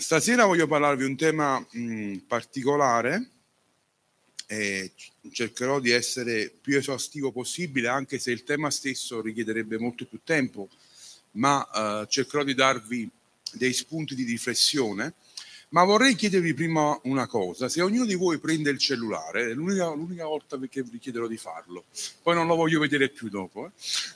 Stasera voglio parlarvi di un tema particolare e cercherò di essere più esaustivo possibile, anche se il tema stesso richiederebbe molto più tempo, ma cercherò di darvi dei spunti di riflessione. Ma vorrei chiedervi prima una cosa: se ognuno di voi prende il cellulare, è l'unica volta che vi chiederò di farlo, poi non lo voglio vedere più dopo,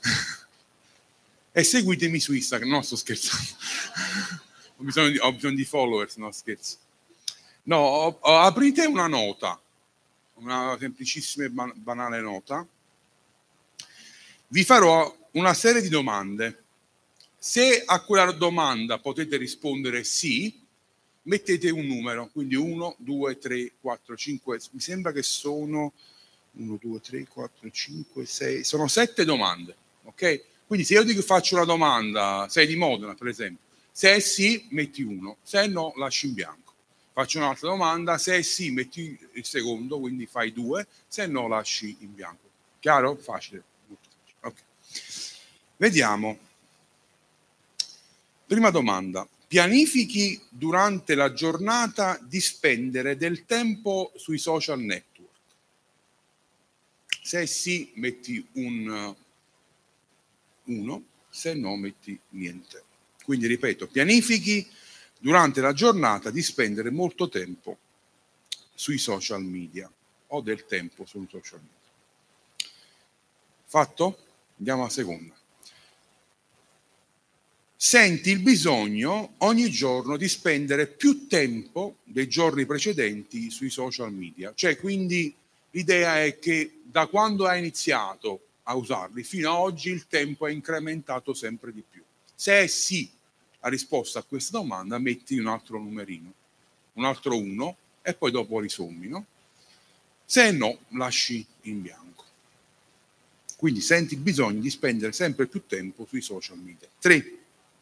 e seguitemi su Instagram. No, sto scherzando. Ho bisogno di followers, no scherzo. No, aprite una nota, una semplicissima e banale nota. Vi farò una serie di domande. Se a quella domanda potete rispondere sì, mettete un numero, quindi 1, 2, 3, 4, 5, mi sembra che sono 1, 2, 3, 4, 5, 6, sono 7 domande, ok? Quindi se io faccio una domanda, sei di Modena per esempio, se è sì metti 1, se è no lasci in bianco. Faccio un'altra domanda, se è sì metti il secondo, quindi fai 2, se no lasci in bianco. Chiaro? Facile. Okay. Vediamo. Prima domanda: pianifichi durante la giornata di spendere del tempo sui social network? Se sì metti un 1, se no metti niente. Quindi ripeto, pianifichi durante la giornata di spendere molto tempo sui social media o del tempo sui social media. Fatto? Andiamo alla seconda. Senti il bisogno ogni giorno di spendere più tempo dei giorni precedenti sui social media, cioè quindi l'idea è che da quando hai iniziato a usarli fino ad oggi il tempo è incrementato sempre di più. Se è sì la risposta a questa domanda, metti un altro numerino, un altro 1 e poi dopo risommi, no? Se no, lasci in bianco. Quindi senti il bisogno di spendere sempre più tempo sui social media. 3.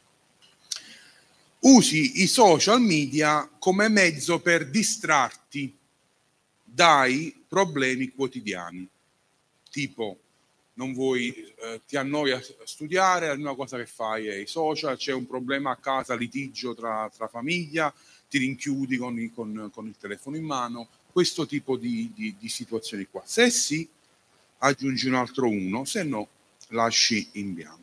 Usi i social media come mezzo per distrarti dai problemi quotidiani, tipo non vuoi, ti annoia a studiare, la prima cosa che fai è i social, c'è un problema a casa, litigio tra famiglia, ti rinchiudi con il telefono in mano, questo tipo di situazioni qua. Se sì, aggiungi un altro 1, se no lasci in bianco.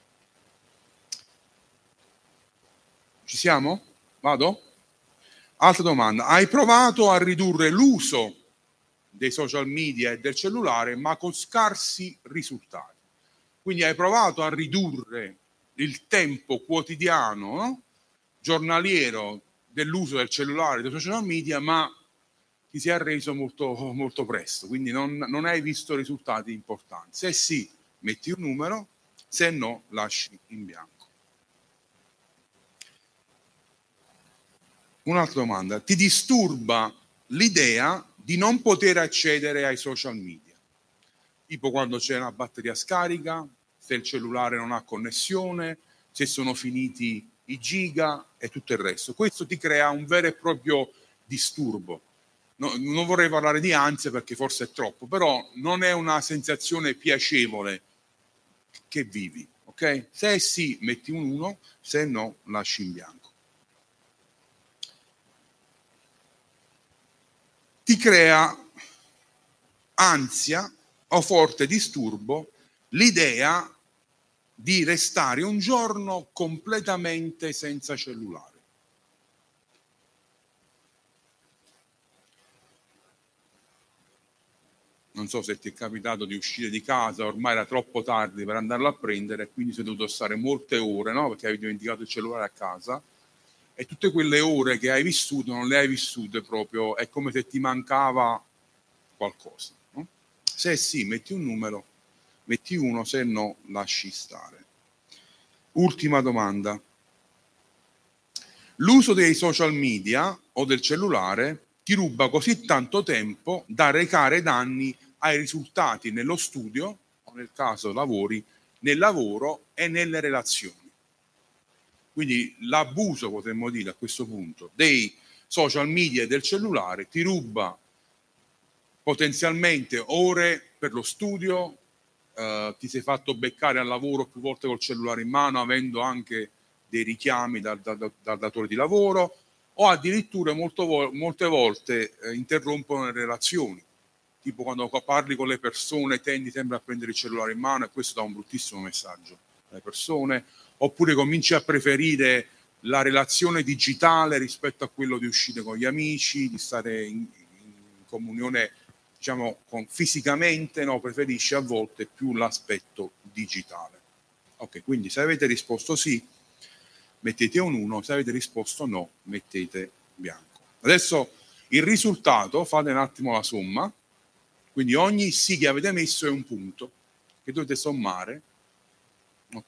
Ci siamo? Vado? Altra domanda: hai provato a ridurre l'uso dei social media e del cellulare ma con scarsi risultati? Quindi hai provato a ridurre il tempo quotidiano, no? Giornaliero dell'uso del cellulare e dei social media, ma ti si è arreso molto, molto presto, quindi non hai visto risultati importanti. Se sì, metti un numero, se no lasci in bianco. Un'altra domanda: ti disturba l'idea di non poter accedere ai social media? Tipo quando c'è una batteria scarica, se il cellulare non ha connessione, se sono finiti i giga e tutto il resto. Questo ti crea un vero e proprio disturbo. Non vorrei parlare di ansia perché forse è troppo, però non è una sensazione piacevole che vivi, ok? Se sì, metti un 1, se no, lasci in bianco. Ti crea ansia o forte disturbo l'idea di restare un giorno completamente senza cellulare. Non so se ti è capitato di uscire di casa, ormai era troppo tardi per andarlo a prendere e quindi sei dovuto stare molte ore, no? Perché avevi dimenticato il cellulare a casa, e tutte quelle ore che hai vissuto non le hai vissute proprio, è come se ti mancava qualcosa, no? Se sì, metti un numero, metti 1, se no lasci stare. Ultima domanda: l'uso dei social media o del cellulare ti ruba così tanto tempo da recare danni ai risultati nello studio, o nel caso lavori, nel lavoro e nelle relazioni. Quindi l'abuso, potremmo dire a questo punto, dei social media e del cellulare ti ruba potenzialmente ore per lo studio, ti sei fatto beccare al lavoro più volte col cellulare in mano, avendo anche dei richiami dal datore di lavoro, o addirittura molte volte interrompono le relazioni. Tipo quando parli con le persone tendi sempre a prendere il cellulare in mano, e questo dà un bruttissimo messaggio alle persone. Oppure cominci a preferire la relazione digitale rispetto a quello di uscire con gli amici, di stare in comunione, diciamo, fisicamente, no? Preferisci a volte più l'aspetto digitale. Ok, quindi se avete risposto sì, mettete un 1, se avete risposto no, mettete bianco. Adesso il risultato, fate un attimo la somma. Quindi ogni sì che avete messo è un punto che dovete sommare, ok?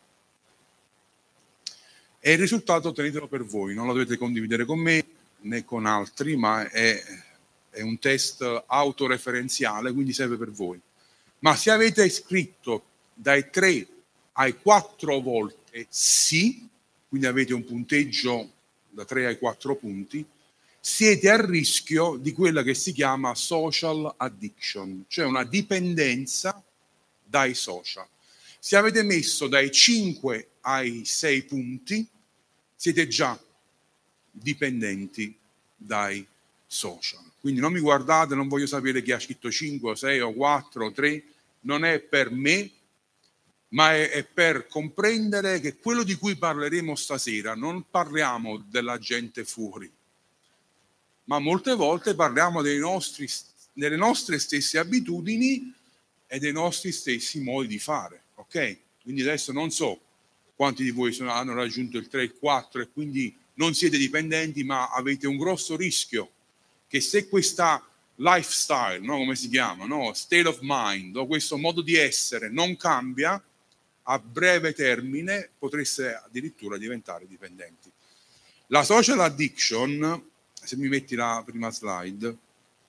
E il risultato tenetelo per voi, non lo dovete condividere con me né con altri, ma è un test autoreferenziale, quindi serve per voi. Ma se avete scritto dai 3 ai 4 volte sì, quindi avete un punteggio da 3 ai 4 punti, siete a rischio di quella che si chiama social addiction, cioè una dipendenza dai social. Se avete messo dai 5 ai 6 punti, siete già dipendenti dai social. Quindi non mi guardate, non voglio sapere chi ha scritto 5 o 6 o 4 o 3, non è per me, ma è per comprendere che quello di cui parleremo stasera non parliamo della gente fuori, ma molte volte parliamo delle nostre stesse abitudini e dei nostri stessi modi di fare, ok? Quindi adesso non so quanti di voi hanno raggiunto il 3 e il 4 e quindi non siete dipendenti, ma avete un grosso rischio che se questa lifestyle, no, come si chiama, no, state of mind, o questo modo di essere non cambia, a breve termine potreste addirittura diventare dipendenti. La social addiction, se mi metti la prima slide,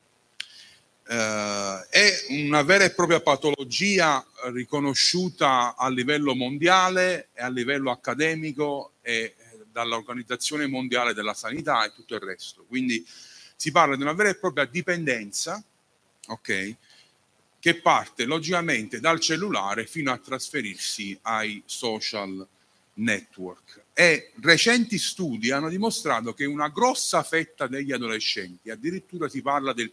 è una vera e propria patologia riconosciuta a livello mondiale e a livello accademico e dall'Organizzazione Mondiale della Sanità e tutto il resto. Quindi si parla di una vera e propria dipendenza, ok, che parte logicamente dal cellulare fino a trasferirsi ai social network. E recenti studi hanno dimostrato che una grossa fetta degli adolescenti, addirittura si parla del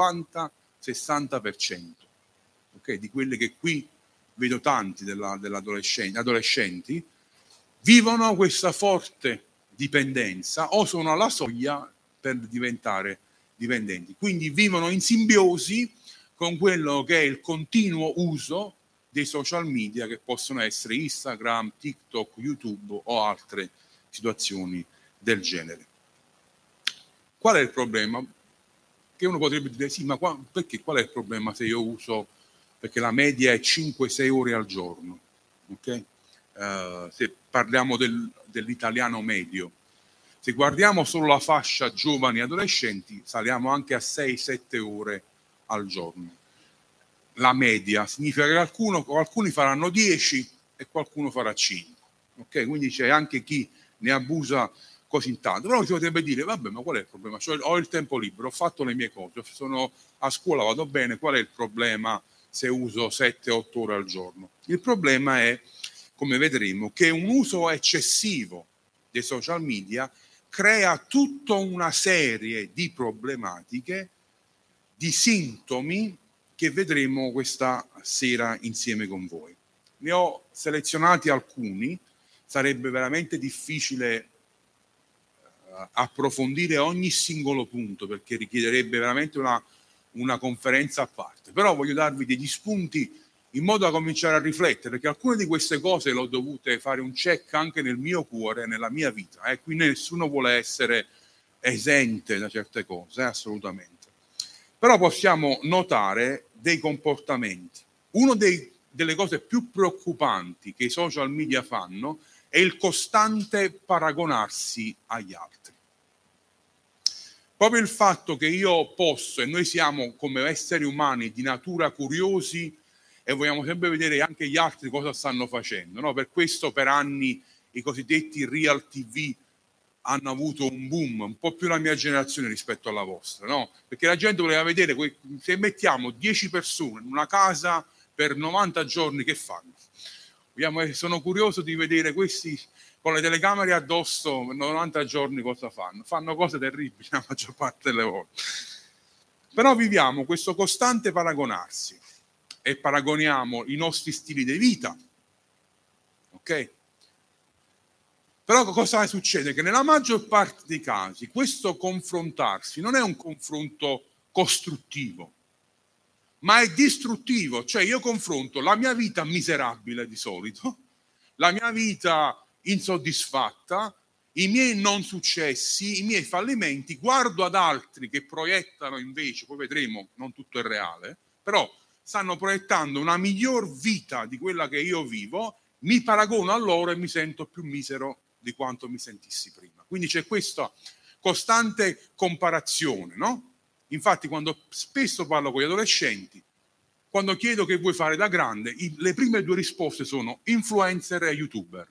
50-60%, okay, di quelle che qui vedo tanti adolescenti, vivono questa forte dipendenza o sono alla soglia per diventare dipendenti. Quindi vivono in simbiosi con quello che è il continuo uso dei social media, che possono essere Instagram, TikTok, YouTube o altre situazioni del genere. Qual è il problema? Che uno potrebbe dire sì, ma perché qual è il problema se io uso, perché la media è 5-6 ore al giorno, ok? Se parliamo dell'italiano medio, se guardiamo solo la fascia giovani e adolescenti, saliamo anche a 6-7 ore al giorno. La media significa che alcuni faranno 10 e qualcuno farà 5, ok? Quindi c'è anche chi ne abusa così tanto. Però si potrebbe dire, vabbè, ma qual è il problema? Cioè, ho il tempo libero, ho fatto le mie cose, sono a scuola, vado bene, qual è il problema se uso 7-8 ore al giorno? Il problema è, come vedremo, che un uso eccessivo dei social media crea tutta una serie di problematiche, di sintomi che vedremo questa sera insieme con voi. Ne ho selezionati alcuni, sarebbe veramente difficile approfondire ogni singolo punto perché richiederebbe veramente una conferenza a parte, però voglio darvi degli spunti in modo da cominciare a riflettere, perché alcune di queste cose le ho dovute fare un check anche nel mio cuore, nella mia vita, quindi nessuno vuole essere esente da certe cose, assolutamente. Però possiamo notare dei comportamenti. Una delle cose più preoccupanti che i social media fanno è il costante paragonarsi agli altri. Proprio il fatto che io posso, e noi siamo come esseri umani di natura curiosi e vogliamo sempre vedere anche gli altri cosa stanno facendo, no? Per questo per anni i cosiddetti real TV hanno avuto un boom, un po' più la mia generazione rispetto alla vostra, no? Perché la gente voleva vedere, se mettiamo 10 persone in una casa per 90 giorni, che fanno? Sono curioso di vedere questi con le telecamere addosso 90 giorni cosa fanno? Fanno cose terribili la maggior parte delle volte. Però viviamo questo costante paragonarsi e paragoniamo i nostri stili di vita, ok? Però cosa succede? Che nella maggior parte dei casi questo confrontarsi non è un confronto costruttivo, ma è distruttivo. Cioè io confronto la mia vita miserabile di solito, la mia vita insoddisfatta, i miei non successi, i miei fallimenti, guardo ad altri che proiettano invece, poi vedremo, non tutto è reale, però stanno proiettando una miglior vita di quella che io vivo, mi paragono a loro e mi sento più misero di quanto mi sentissi prima. Quindi c'è questa costante comparazione, no? Infatti quando spesso parlo con gli adolescenti, quando chiedo che vuoi fare da grande, le prime due risposte sono influencer e youtuber.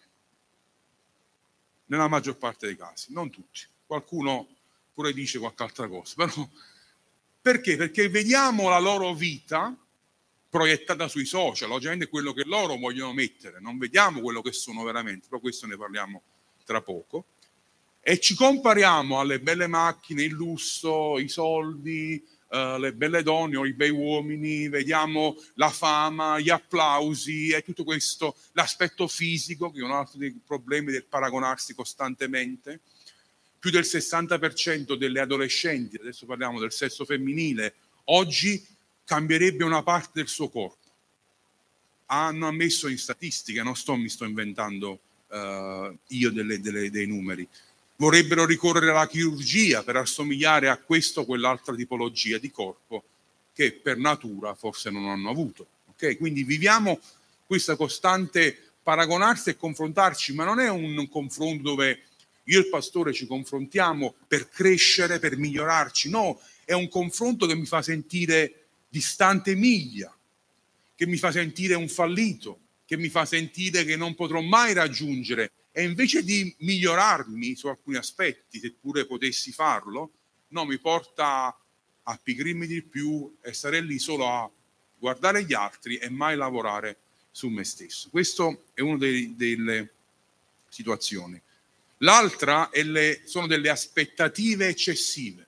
Nella maggior parte dei casi, non tutti. Qualcuno pure dice qualche altra cosa, però perché? Perché vediamo la loro vita proiettata sui social, ovviamente quello che loro vogliono mettere, non vediamo quello che sono veramente, però questo ne parliamo tra poco, e ci compariamo alle belle macchine, il lusso, i soldi, le belle donne o i bei uomini, vediamo la fama, gli applausi e tutto questo, l'aspetto fisico, che è un altro dei problemi del paragonarsi costantemente. Più del 60% delle adolescenti, adesso parliamo del sesso femminile, oggi cambierebbe una parte del suo corpo. Hanno ammesso in statistica, mi sto inventando io dei numeri. Vorrebbero ricorrere alla chirurgia per assomigliare a questo o quell'altra tipologia di corpo che per natura forse non hanno avuto. Okay? Quindi viviamo questa costante paragonarsi e confrontarci, ma non è un confronto dove io e il pastore ci confrontiamo per crescere, per migliorarci, no, è un confronto che mi fa sentire distante miglia, che mi fa sentire un fallito, che mi fa sentire che non potrò mai raggiungere, e invece di migliorarmi su alcuni aspetti, seppure potessi farlo, no, mi porta a pigrirmi di più e stare lì solo a guardare gli altri e mai lavorare su me stesso. Questo è una delle situazioni. L'altra sono delle aspettative eccessive.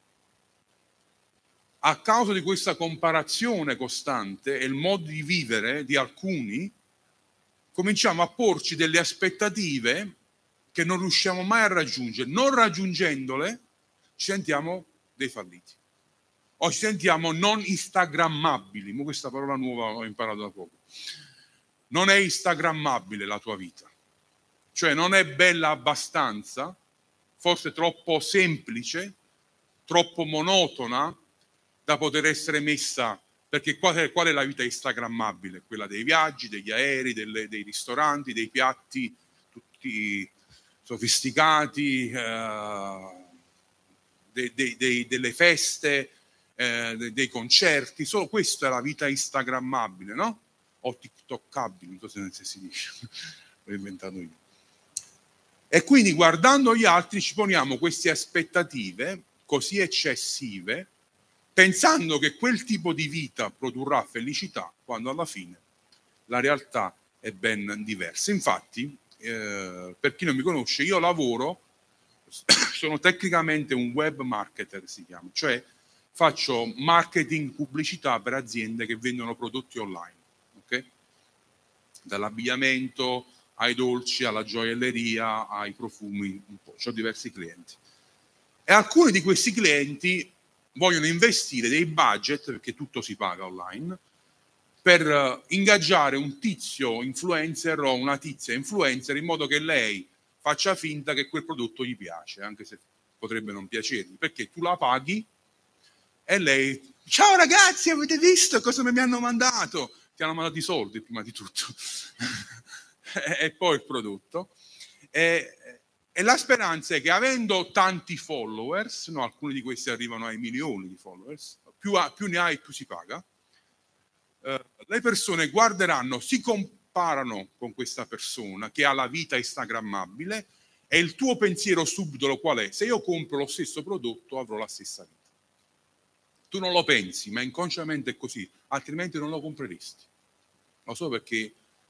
A causa di questa comparazione costante e il modo di vivere di alcuni, cominciamo a porci delle aspettative che non riusciamo mai a raggiungere. Non raggiungendole ci sentiamo dei falliti o ci sentiamo non instagrammabili. Ma questa parola nuova ho imparato da poco. Non è instagrammabile la tua vita, cioè non è bella abbastanza, forse troppo semplice, troppo monotona da poter essere messa, perché qual è la vita instagrammabile? Quella dei viaggi, degli aerei, dei ristoranti, dei piatti tutti sofisticati, delle feste, dei concerti. Solo questa è la vita instagrammabile, no? O tiktokkabile, non so se si dice, l'ho inventato io. E quindi guardando gli altri ci poniamo queste aspettative così eccessive, pensando che quel tipo di vita produrrà felicità, quando alla fine la realtà è ben diversa. Infatti, per chi non mi conosce, io lavoro, sono tecnicamente un web marketer, si chiama, cioè faccio marketing pubblicità per aziende che vendono prodotti online, ok? Dall'abbigliamento ai dolci, alla gioielleria, ai profumi, un po'. Ho diversi clienti. E alcuni di questi clienti vogliono investire dei budget, perché tutto si paga online, per ingaggiare un tizio influencer o una tizia influencer in modo che lei faccia finta che quel prodotto gli piace, anche se potrebbe non piacergli, perché tu la paghi e lei, ciao ragazzi, avete visto cosa mi hanno mandato? Ti hanno mandato i soldi prima di tutto e poi il prodotto. E la speranza è che avendo tanti followers, no, alcuni di questi arrivano ai milioni di followers, più ne hai più si paga, le persone guarderanno, si comparano con questa persona che ha la vita instagrammabile, e il tuo pensiero subito qual è? Se io compro lo stesso prodotto avrò la stessa vita. Tu non lo pensi, ma inconsciamente è così, altrimenti non lo compreresti. Lo so perché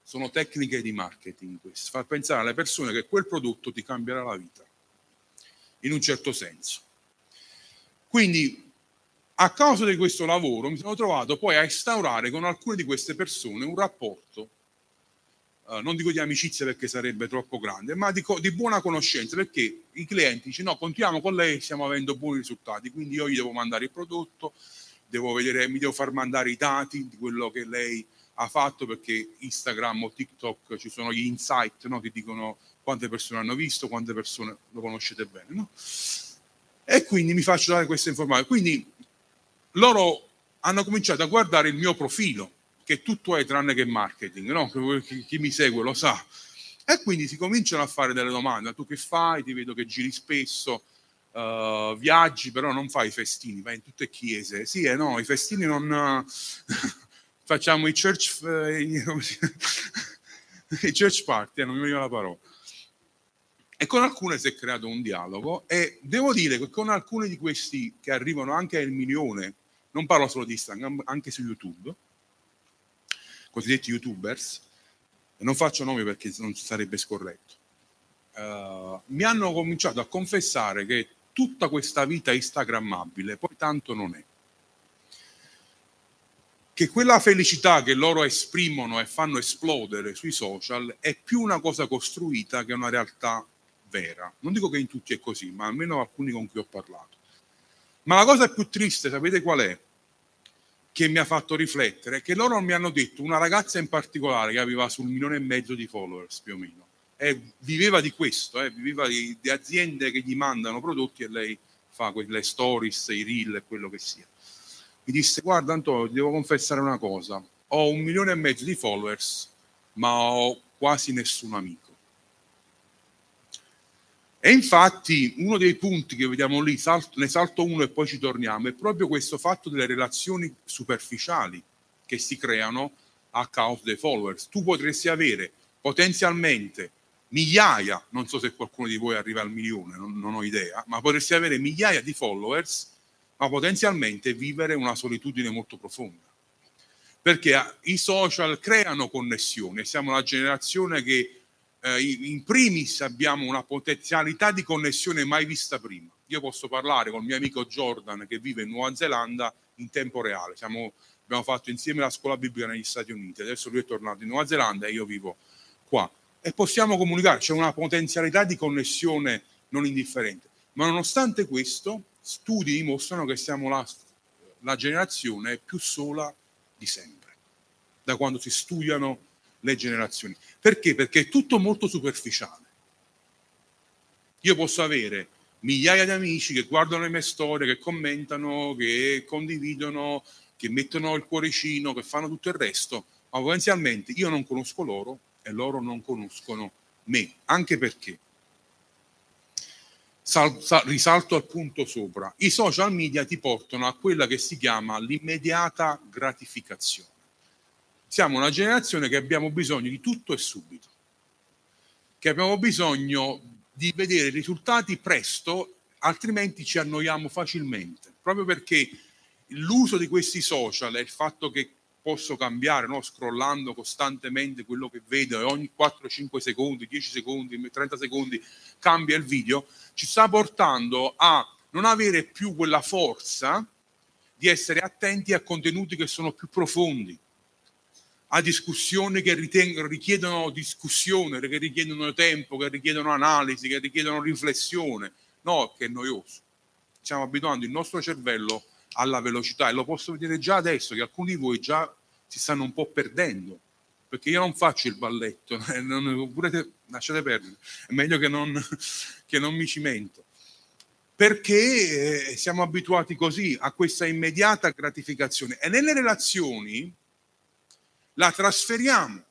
Sono tecniche di marketing queste, far pensare alle persone che quel prodotto ti cambierà la vita, in un certo senso. Quindi, a causa di questo lavoro, mi sono trovato poi a instaurare con alcune di queste persone un rapporto, non dico di amicizia perché sarebbe troppo grande, ma di buona conoscenza, perché i clienti dicono no, continuiamo con lei, stiamo avendo buoni risultati, quindi io gli devo mandare il prodotto, mi devo far mandare i dati di quello che lei ha fatto, perché Instagram o TikTok ci sono gli insight, no? Che dicono quante persone hanno visto, quante persone lo conoscete bene, no? E quindi mi faccio dare queste informazioni. Quindi loro hanno cominciato a guardare il mio profilo, che tutto è tranne che marketing, no? Chi mi segue lo sa. E quindi si cominciano a fare delle domande: tu che fai? Ti vedo che giri spesso, viaggi, però non fai i festini, vai in tutte chiese. Sì e no, i festini non... facciamo i church party, non mi viene la parola. E con alcune si è creato un dialogo, e devo dire che con alcuni di questi che arrivano anche al milione, non parlo solo di Instagram, anche su YouTube, cosiddetti YouTubers, non faccio nomi perché non sarebbe scorretto, mi hanno cominciato a confessare che tutta questa vita instagrammabile poi tanto non è. Che quella felicità che loro esprimono e fanno esplodere sui social è più una cosa costruita che una realtà vera. Non dico che in tutti è così, ma almeno alcuni con cui ho parlato. Ma la cosa più triste, sapete qual è? Che mi ha fatto riflettere, che loro mi hanno detto, una ragazza in particolare che aveva sul 1,5 milioni di followers più o meno, e viveva di questo, viveva di aziende che gli mandano prodotti e lei fa quelle stories, i reel e quello che sia. Mi disse: guarda Antonio, ti devo confessare una cosa, ho 1,5 milioni di followers, ma ho quasi nessun amico. E infatti uno dei punti che vediamo lì, ne salto uno e poi ci torniamo, è proprio questo fatto delle relazioni superficiali che si creano a causa dei followers. Tu potresti avere potenzialmente migliaia, non so se qualcuno di voi arriva al milione, non ho idea, ma potresti avere migliaia di followers, ma potenzialmente vivere una solitudine molto profonda, perché i social creano connessioni. Siamo la generazione che in primis abbiamo una potenzialità di connessione mai vista prima. Io posso parlare con il mio amico Jordan che vive in Nuova Zelanda in tempo reale. Abbiamo fatto insieme la scuola biblica negli Stati Uniti, adesso lui è tornato in Nuova Zelanda e io vivo qua, e possiamo comunicare. C'è una potenzialità di connessione non indifferente, ma nonostante questo studi dimostrano che siamo la generazione più sola di sempre, da quando si studiano le generazioni. Perché? Perché è tutto molto superficiale. Io posso avere migliaia di amici che guardano le mie storie, che commentano, che condividono, che mettono il cuoricino, che fanno tutto il resto, ma potenzialmente io non conosco loro e loro non conoscono me, anche perché risalto al punto sopra, i social media ti portano a quella che si chiama l'immediata gratificazione. Siamo una generazione che abbiamo bisogno di tutto e subito, che abbiamo bisogno di vedere i risultati presto, altrimenti ci annoiamo facilmente, proprio perché l'uso di questi social e il fatto che posso cambiare, no? Scrollando costantemente quello che vedo, e ogni 4-5 secondi, 10 secondi, 30 secondi cambia il video, ci sta portando a non avere più quella forza di essere attenti a contenuti che sono più profondi, a discussioni che richiedono discussione, che richiedono tempo, che richiedono analisi, che richiedono riflessione. No, che è noioso. Stiamo abituando il nostro cervello alla velocità, e lo posso vedere già adesso che alcuni di voi già si stanno un po' perdendo, perché io non faccio il balletto, oppure lasciate perdere, è meglio che non mi cimento, perché siamo abituati così a questa immediata gratificazione, e nelle relazioni la trasferiamo.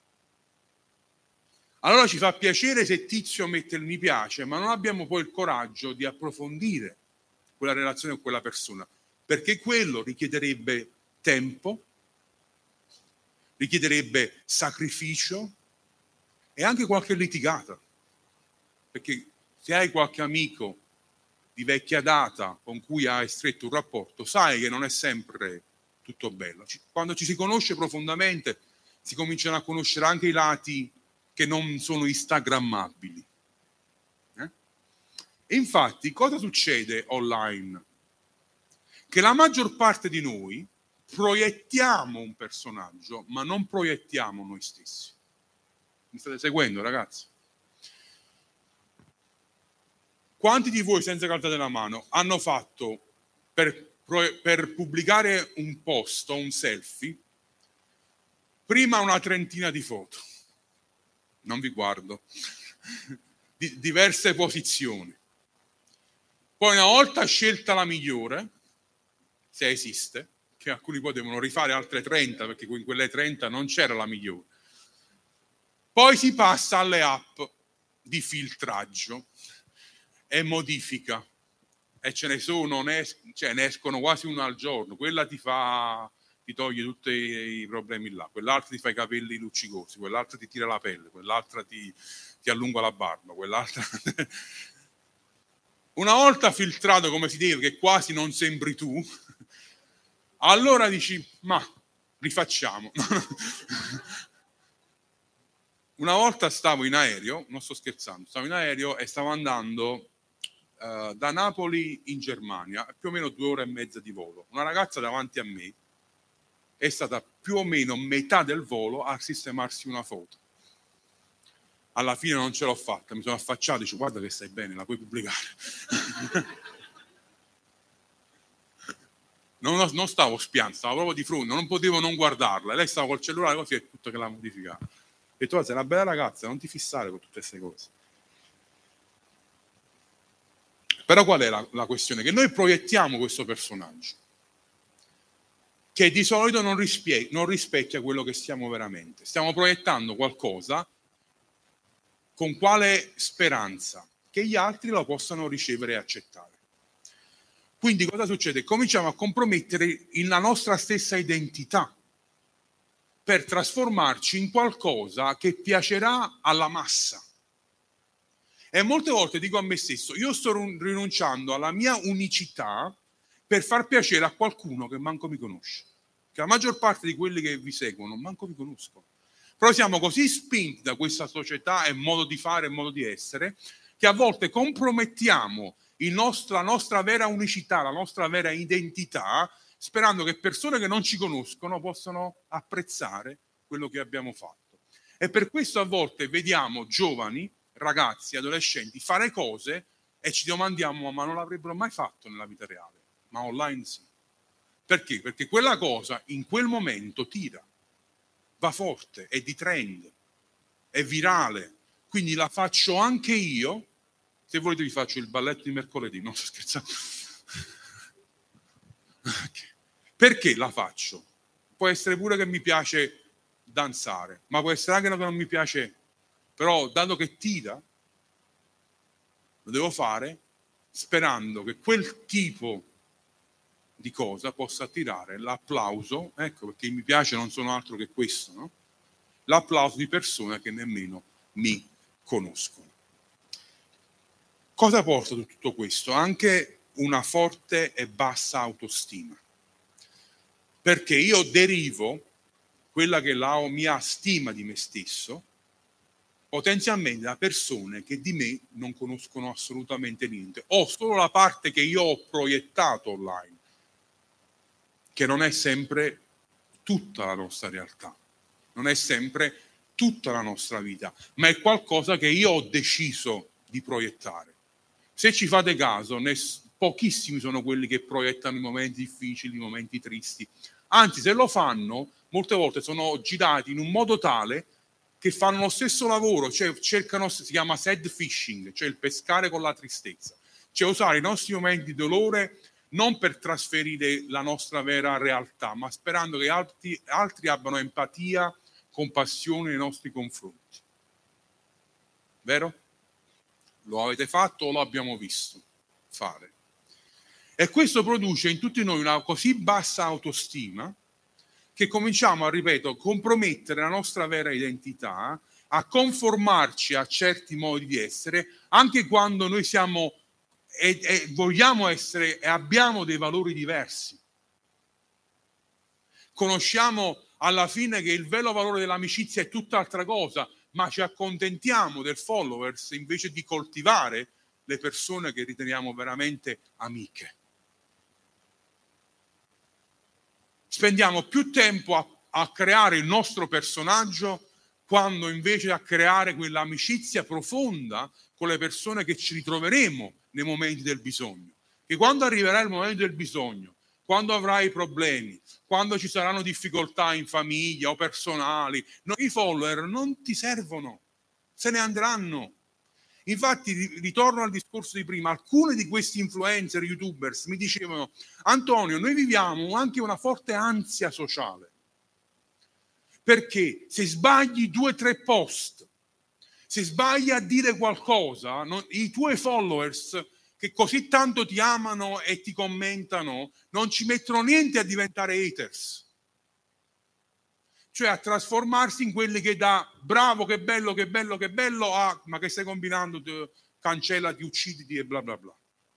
Allora ci fa piacere se Tizio mette il mi piace, ma non abbiamo poi il coraggio di approfondire quella relazione con quella persona, perché quello richiederebbe tempo, richiederebbe sacrificio e anche qualche litigata, perché se hai qualche amico di vecchia data con cui hai stretto un rapporto, sai che non è sempre tutto bello. Quando ci si conosce profondamente si cominciano a conoscere anche i lati che non sono instagrammabili. E infatti cosa succede online? Che la maggior parte di noi proiettiamo un personaggio, ma non proiettiamo noi stessi. Mi state seguendo, ragazzi? Quanti di voi, senza che alzate la mano, hanno fatto per pubblicare un post o un selfie prima una trentina di foto? Non vi guardo. Di diverse posizioni. Poi una volta scelta la migliore, se esiste, che alcuni poi devono rifare altre 30 perché in quelle 30 non c'era la migliore. Poi si passa alle app di filtraggio e modifica, e ce ne sono, ne escono quasi una al giorno. Quella ti toglie tutti i problemi là, quell'altra ti fa i capelli luccicosi, quell'altra ti tira la pelle, quell'altra ti allunga la barba, quell'altra... Una volta filtrato come si deve, che quasi non sembri tu, allora dici, ma rifacciamo. Una volta stavo in aereo, non sto scherzando, stavo in aereo e stavo andando da Napoli in Germania, più o meno 2 ore e mezza di volo. Una ragazza davanti a me è stata più o meno metà del volo a sistemarsi una foto. Alla fine non ce l'ho fatta, mi sono affacciato e dico, guarda che stai bene, la puoi pubblicare. Non stavo spiando, stavo proprio di fronte, non potevo non guardarla. Lei stava col cellulare così e tutto che l'ha modificata. E tu sei una bella ragazza, non ti fissare con tutte queste cose. Però qual è la questione? Che noi proiettiamo questo personaggio, che di solito non rispecchia quello che siamo veramente. Stiamo proiettando qualcosa con quale speranza? Che gli altri lo possano ricevere e accettare. Quindi cosa succede? Cominciamo a compromettere la nostra stessa identità per trasformarci in qualcosa che piacerà alla massa. E molte volte dico a me stesso, io sto rinunciando alla mia unicità per far piacere a qualcuno che manco mi conosce. Che la maggior parte di quelli che vi seguono manco mi conoscono. Però siamo così spinti da questa società e modo di fare e modo di essere che a volte compromettiamo la nostra vera unicità, la nostra vera identità, sperando che persone che non ci conoscono possano apprezzare quello che abbiamo fatto. E per questo a volte vediamo giovani, ragazzi, adolescenti fare cose e ci domandiamo ma non l'avrebbero mai fatto nella vita reale, ma online sì. Perché? Perché quella cosa in quel momento tira, va forte, è di trend, è virale, quindi la faccio anche io. Se volete vi faccio il balletto di mercoledì, non sto scherzando. Perché la faccio? Può essere pure che mi piace danzare, ma può essere anche che non mi piace, però dato che tira, lo devo fare sperando che quel tipo di cosa possa attirare l'applauso, ecco perché mi piace non sono altro che questo, no? L'applauso di persone che nemmeno mi conoscono. Cosa porta tutto questo? Anche una forte e bassa autostima, perché io derivo quella che è la mia stima di me stesso potenzialmente da persone che di me non conoscono assolutamente niente, o solo la parte che io ho proiettato online, che non è sempre tutta la nostra realtà, non è sempre tutta la nostra vita, ma è qualcosa che io ho deciso di proiettare. Se ci fate caso, pochissimi sono quelli che proiettano i momenti difficili, i momenti tristi. Anzi, se lo fanno, molte volte sono girati in un modo tale che fanno lo stesso lavoro, cioè cercano, si chiama sad fishing, cioè il pescare con la tristezza, cioè usare i nostri momenti di dolore non per trasferire la nostra vera realtà, ma sperando che altri abbiano empatia, compassione nei nostri confronti. Vero? Lo avete fatto o lo abbiamo visto fare? E questo produce in tutti noi una così bassa autostima che cominciamo a, ripeto, compromettere la nostra vera identità, a conformarci a certi modi di essere, anche quando noi siamo e vogliamo essere e abbiamo dei valori diversi. Conosciamo alla fine che il vero valore dell'amicizia è tutt'altra cosa, ma ci accontentiamo del followers invece di coltivare le persone che riteniamo veramente amiche. Spendiamo più tempo a creare il nostro personaggio quando invece a creare quell'amicizia profonda con le persone che ci ritroveremo nei momenti del bisogno. Che quando arriverà il momento del bisogno, quando avrai problemi, quando ci saranno difficoltà in famiglia o personali, i follower non ti servono, se ne andranno. Infatti, ritorno al discorso di prima, alcuni di questi influencer, youtubers mi dicevano: Antonio, noi viviamo anche una forte ansia sociale, perché se sbagli 2 o 3 post, se sbagli a dire qualcosa, i tuoi followers che così tanto ti amano e ti commentano non ci mettono niente a diventare haters, cioè a trasformarsi in quelli che da bravo, che bello, che bello, che bello, a ma che stai combinando, cancellati, ucciditi e bla bla bla.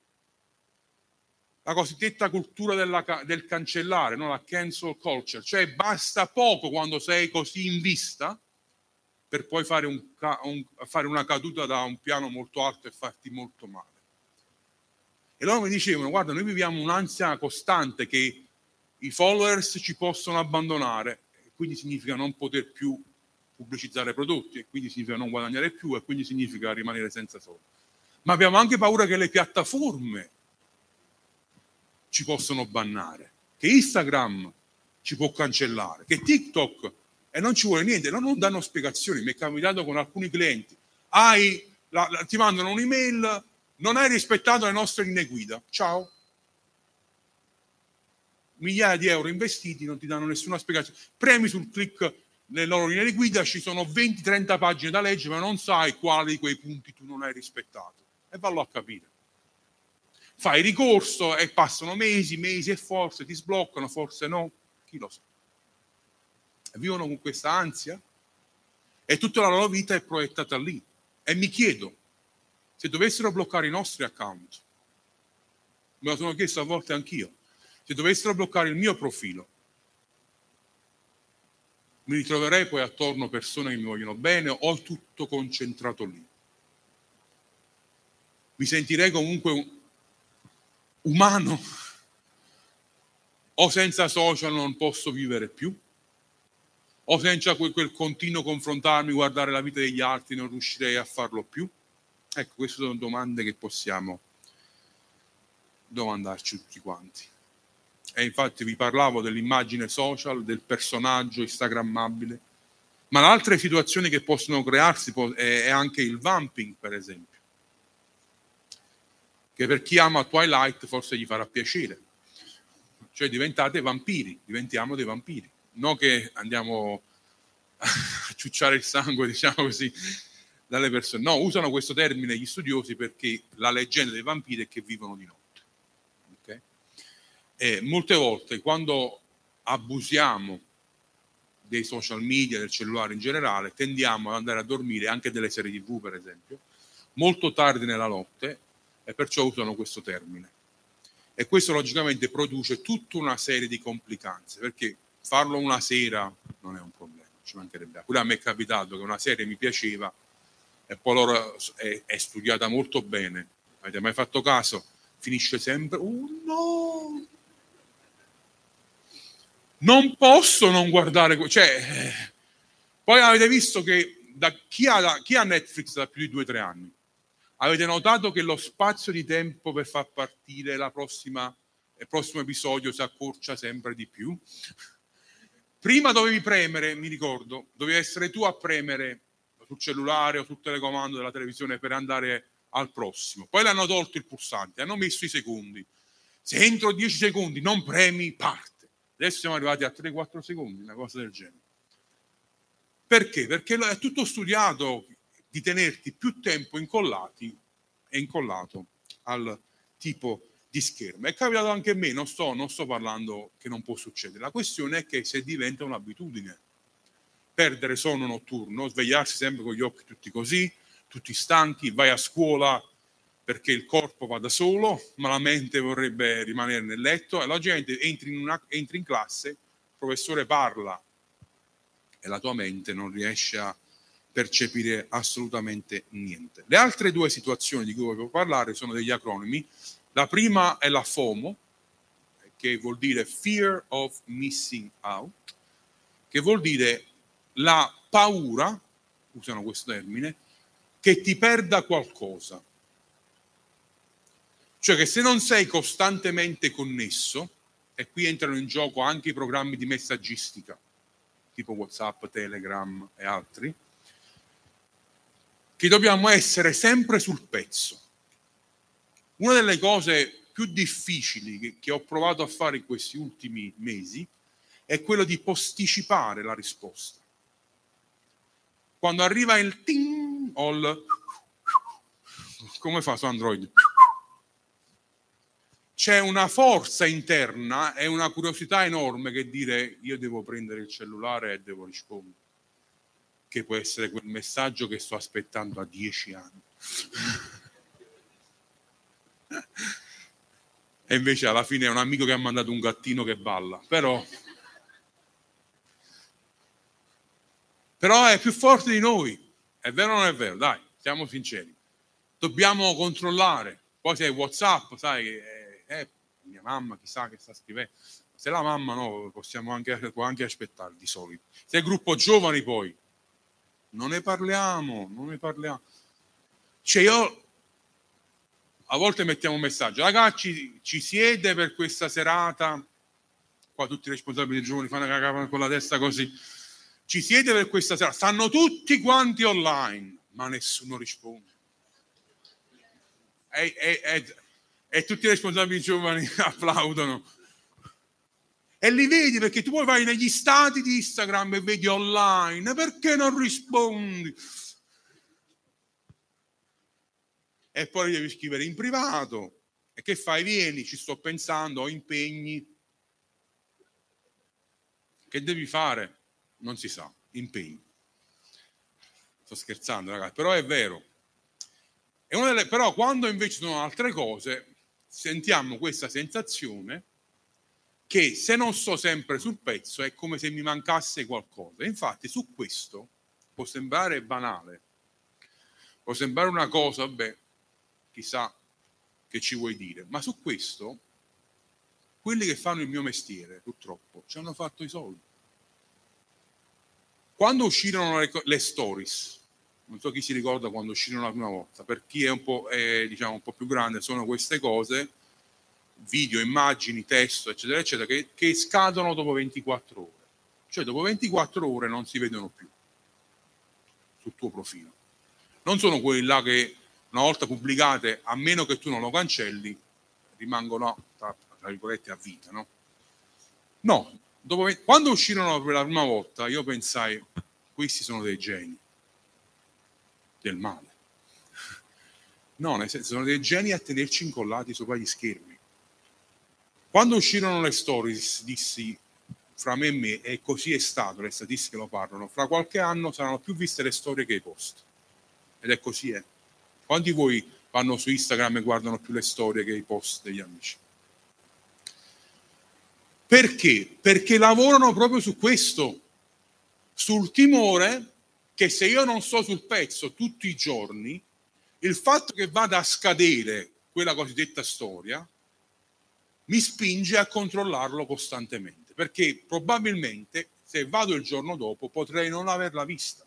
La cosiddetta cultura del cancellare, no? La cancel culture, cioè basta poco quando sei così in vista per poi fare una caduta da un piano molto alto e farti molto male. E loro mi dicevano: guarda, noi viviamo un'ansia costante che i followers ci possono abbandonare, quindi significa non poter più pubblicizzare prodotti, e quindi significa non guadagnare più, e quindi significa rimanere senza soldi. Ma abbiamo anche paura che le piattaforme ci possono bannare, che Instagram ci può cancellare, che TikTok, e non ci vuole niente, non danno spiegazioni. Mi è capitato con alcuni clienti: ti mandano un'email, non hai rispettato le nostre linee guida, ciao. Migliaia di euro investiti, non ti danno nessuna spiegazione. Premi sul click nelle loro linee guida, ci sono 20-30 pagine da leggere, ma non sai quale di quei punti tu non hai rispettato, e vallo a capire. Fai ricorso e passano mesi e forse ti sbloccano, forse no, chi lo sa. Vivono con questa ansia e tutta la loro vita è proiettata lì. E mi chiedo, se dovessero bloccare i nostri account, me lo sono chiesto a volte anch'io, se dovessero bloccare il mio profilo, mi ritroverei poi attorno persone che mi vogliono bene o ho tutto concentrato lì? Mi sentirei comunque umano? O senza social non posso vivere più? O senza quel continuo confrontarmi, guardare la vita degli altri, non riuscirei a farlo più? Ecco, queste sono domande che possiamo domandarci tutti quanti. E infatti vi parlavo dell'immagine social, del personaggio instagrammabile, ma altre situazioni che possono crearsi è anche il vamping, per esempio, che per chi ama Twilight forse gli farà piacere. Cioè diventiamo dei vampiri, non che andiamo a ciucciare il sangue, diciamo così, dalle persone. No, usano questo termine gli studiosi perché la leggenda dei vampiri è che vivono di notte. Okay? E molte volte quando abusiamo dei social media, del cellulare in generale, tendiamo ad andare a dormire, anche delle serie TV per esempio, molto tardi nella notte, e perciò usano questo termine. E questo logicamente produce tutta una serie di complicanze, perché farlo una sera non è un problema, ci mancherebbe. Pure a me è capitato che una serie mi piaceva e poi loro è studiata molto bene. Avete mai fatto caso? Finisce sempre: oh no, non posso non guardare, poi avete visto che chi ha Netflix da più di 2 o 3 anni, avete notato che lo spazio di tempo per far partire il prossimo episodio si accorcia sempre di più? Prima dovevi premere, mi ricordo, dovevi essere tu a premere sul cellulare o sul telecomando della televisione per andare al prossimo. Poi l'hanno tolto il pulsante, hanno messo i secondi. Se entro 10 secondi non premi, parte. Adesso siamo arrivati a 3-4 secondi, una cosa del genere. Perché? Perché è tutto studiato di tenerti più tempo incollato al tipo di schermo. È capitato anche a me, non sto parlando che non può succedere. La questione è che se diventa un'abitudine, perdere sonno notturno, svegliarsi sempre con gli occhi tutti così, tutti stanchi, vai a scuola perché il corpo va da solo, ma la mente vorrebbe rimanere nel letto, e logicamente entri in classe, il professore parla e la tua mente non riesce a percepire assolutamente niente. Le altre due situazioni di cui voglio parlare sono degli acronimi. La prima è la FOMO, che vuol dire Fear of Missing Out, che vuol dire la paura, usano questo termine, che ti perda qualcosa. Cioè che se non sei costantemente connesso, e qui entrano in gioco anche i programmi di messaggistica, tipo WhatsApp, Telegram e altri, che dobbiamo essere sempre sul pezzo. Una delle cose più difficili che ho provato a fare in questi ultimi mesi è quello di posticipare la risposta. Quando arriva il ting o il... come fa su Android? C'è una forza interna e una curiosità enorme che dire io devo prendere il cellulare e devo rispondere, che può essere quel messaggio che sto aspettando a 10 anni. E invece alla fine è un amico che ha mandato un gattino che balla, però è più forte di noi. È vero o non è vero? Dai, siamo sinceri. Dobbiamo controllare. Poi se è WhatsApp, sai, mia mamma chissà che sta scrivendo. Se la mamma no, può anche aspettare di solito. Se è gruppo giovani poi, non ne parliamo. Cioè io a volte mettiamo un messaggio, ragazzi, ci siete per questa serata? Qua tutti i responsabili dei giovani fanno cagare con la testa così. Ci siete per questa serata? Stanno tutti quanti online, ma nessuno risponde. E tutti i responsabili giovani applaudono. E li vedi perché tu poi vai negli stati di Instagram e vedi online, perché non rispondi? E poi devi scrivere in privato. E che fai? Vieni, ci sto pensando, ho impegni. Che devi fare? Non si sa, impegni. Sto scherzando, ragazzi, però è vero. Però quando invece sono altre cose, sentiamo questa sensazione che se non sto sempre sul pezzo è come se mi mancasse qualcosa. Infatti su questo può sembrare banale, può sembrare una cosa, beh, chissà che ci vuoi dire, ma su questo quelli che fanno il mio mestiere purtroppo ci hanno fatto i soldi. Quando uscirono le stories, non so chi si ricorda quando uscirono la prima volta, per chi è un po' più grande, sono queste cose, video, immagini, testo, eccetera, eccetera, che scadono dopo 24 ore. Cioè dopo 24 ore non si vedono più sul tuo profilo. Non sono quelli là che una volta pubblicate, a meno che tu non lo cancelli, rimangono tra virgolette a vita, no? No, quando uscirono per la prima volta io pensai, questi sono dei geni del male. No, nel senso, sono dei geni a tenerci incollati sopra gli schermi. Quando uscirono le stories dissi, fra me e me, e così è stato, le statistiche lo parlano, fra qualche anno saranno più viste le storie che i post. Ed è così, eh. Quanti di voi vanno su Instagram e guardano più le storie che i post degli amici? Perché? Perché lavorano proprio su questo, sul timore che se io non sto sul pezzo tutti i giorni, il fatto che vada a scadere quella cosiddetta storia mi spinge a controllarlo costantemente, perché probabilmente se vado il giorno dopo potrei non averla vista.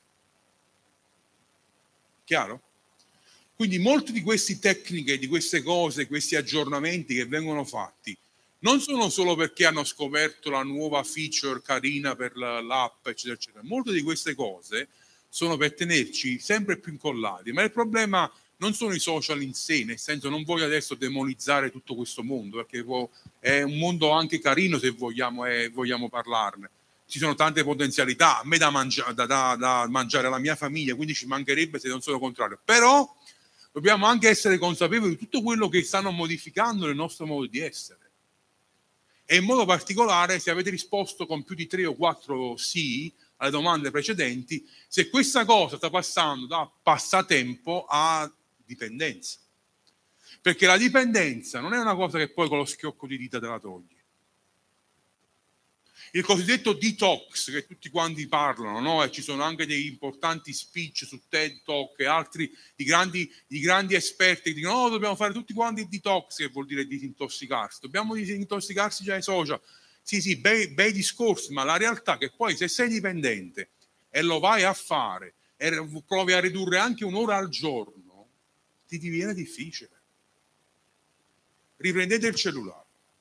Chiaro? Quindi molte di queste tecniche, di queste cose, questi aggiornamenti che vengono fatti non sono solo perché hanno scoperto la nuova feature carina per l'app, eccetera, eccetera. Molte di queste cose sono per tenerci sempre più incollati, ma il problema non sono i social in sé, nel senso non voglio adesso demonizzare tutto questo mondo, perché è un mondo anche carino se vogliamo parlarne. Ci sono tante potenzialità, a me da mangiare alla mia famiglia, quindi ci mancherebbe se non sono contrario. Però dobbiamo anche essere consapevoli di tutto quello che stanno modificando nel nostro modo di essere. E in modo particolare, se avete risposto con più di 3 o 4 sì alle domande precedenti, se questa cosa sta passando da passatempo a dipendenza. Perché la dipendenza non è una cosa che poi con lo schiocco di dita te la togli. il cosiddetto detox che tutti quanti parlano, no? E ci sono anche dei importanti speech su TED Talk e altri di grandi esperti che dicono no, dobbiamo fare tutti quanti il detox, che vuol dire disintossicarsi, dobbiamo disintossicarsi già ai social. Sì, bei discorsi, ma la realtà è che poi se sei dipendente e lo vai a fare e provi a ridurre anche un'ora al giorno, ti diviene difficile. Riprendete il cellulare.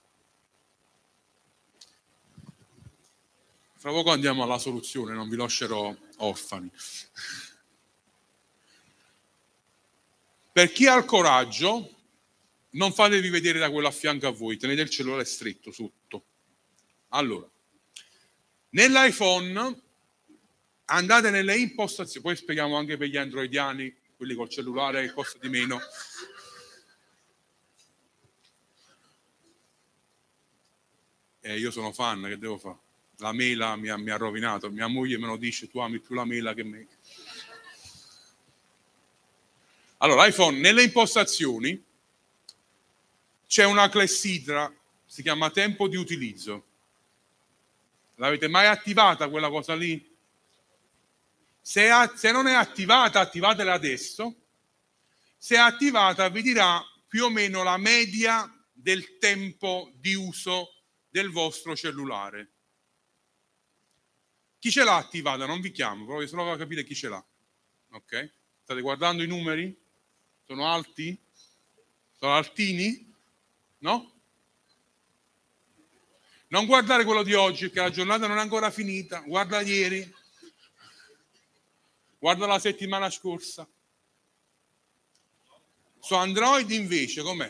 Fra poco andiamo alla soluzione, non vi lascerò orfani. Per chi ha il coraggio, non fatevi vedere da quello a fianco a voi, tenete il cellulare stretto sotto. Allora, nell'iPhone andate nelle impostazioni, poi spieghiamo anche per gli androidiani, quelli col cellulare che costa di meno. Io sono fan, che devo fare? La mela mi ha rovinato, mia moglie me lo dice, tu ami più la mela che me. Allora, iPhone, nelle impostazioni c'è una clessidra, si chiama tempo di utilizzo. L'avete mai attivata quella cosa lì? Se non è attivata, attivatela adesso. Se è attivata vi dirà più o meno la media del tempo di uso del vostro cellulare. Chi ce l'ha attivata? Non vi chiamo, proprio solo per capire chi ce l'ha. Ok? State guardando i numeri? Sono alti? Sono altini? No? Non guardare quello di oggi, che la giornata non è ancora finita. Guarda ieri. Guarda la settimana scorsa. Su Android invece com'è?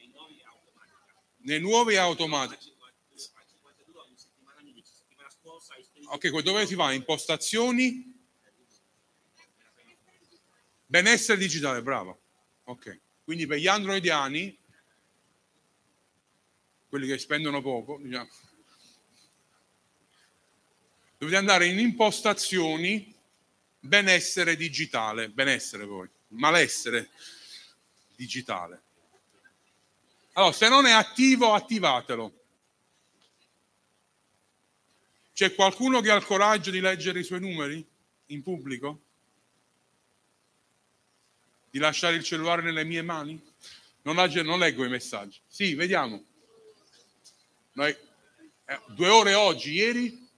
Nei nuovi è automatico. Ok, dove si va? Impostazioni? Benessere digitale, bravo. Ok, quindi per gli androidiani, quelli che spendono poco, diciamo, dovete andare in impostazioni, benessere digitale, benessere poi, malessere digitale. Allora, se non è attivo, attivatelo. C'è qualcuno che ha il coraggio di leggere i suoi numeri in pubblico? Di lasciare il cellulare nelle mie mani? Non leggo i messaggi. Sì, vediamo. 2 ore oggi, ieri?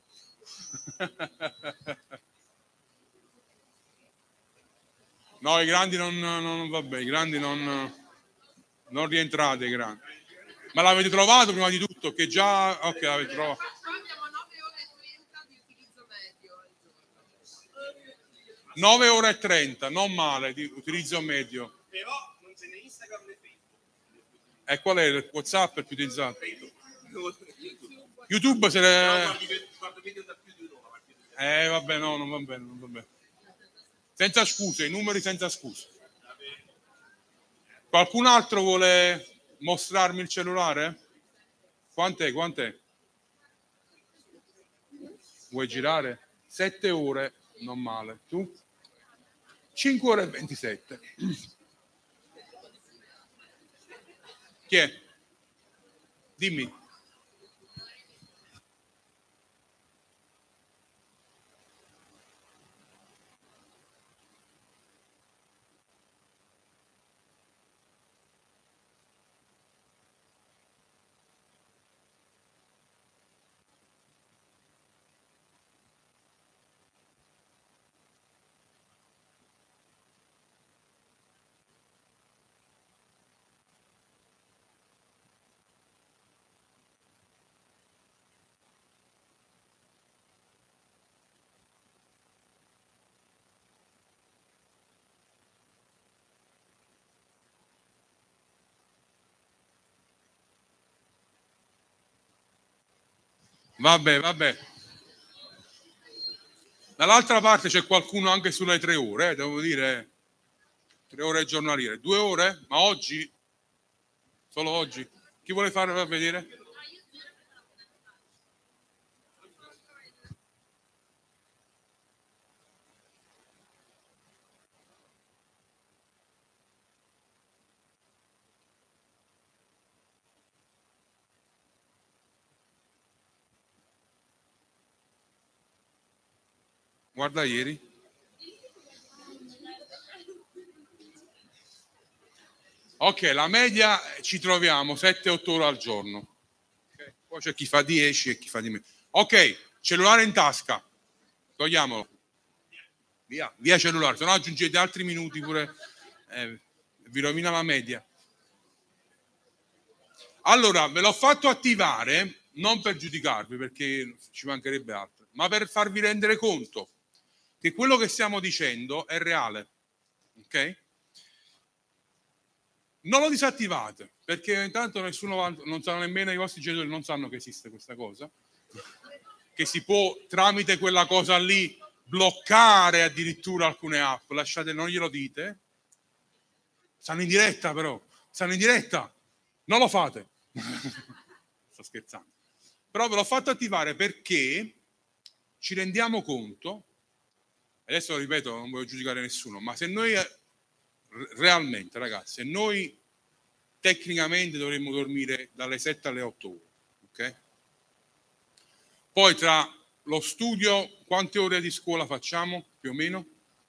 No, i grandi non vabbè, i grandi non rientrate, i grandi. Ma l'avete trovato prima di tutto? Che già... Ok, l'avete trovato. Abbiamo 9 ore e 30 di utilizzo medio al giorno. 9 ore e 30, non male, di utilizzo medio. Però non c'è né Instagram né Facebook. E qual è il WhatsApp più utilizzato? YouTube se ne... Guardo video da più di un'ora. Vabbè, no, non va bene, non va bene. Senza scuse, i numeri senza scuse. Qualcun altro vuole mostrarmi il cellulare? Quant'è? Vuoi girare? 7 ore, non male. Tu? 5 ore e 27. Chi è? Dimmi. Vabbè. Dall'altra parte c'è qualcuno anche sulle 3 ore, devo dire. 3 ore giornaliere. 2 ore? Ma oggi? Solo oggi? Chi vuole fare per vedere? Guarda ieri. Ok, la media ci troviamo 7-8 ore al giorno. Okay. Poi c'è chi fa 10 e chi fa di meno. Ok, cellulare in tasca. Togliamolo. Via cellulare, se no aggiungete altri minuti pure. Vi rovina la media. Allora, ve l'ho fatto attivare non per giudicarvi, perché ci mancherebbe altro, ma per farvi rendere conto che quello che stiamo dicendo è reale, ok? Non lo disattivate, perché intanto nessuno, non sa nemmeno, i vostri genitori non sanno che esiste questa cosa, che si può tramite quella cosa lì bloccare addirittura alcune app. Lasciate, non glielo dite. Stanno in diretta, però, stanno in diretta, non lo fate. Sto scherzando. Però ve l'ho fatto attivare perché ci rendiamo conto, adesso lo ripeto, non voglio giudicare nessuno, ma se noi realmente, ragazzi, se noi tecnicamente dovremmo dormire dalle 7 alle 8 ore, ok? Poi tra lo studio, quante ore di scuola facciamo più o meno?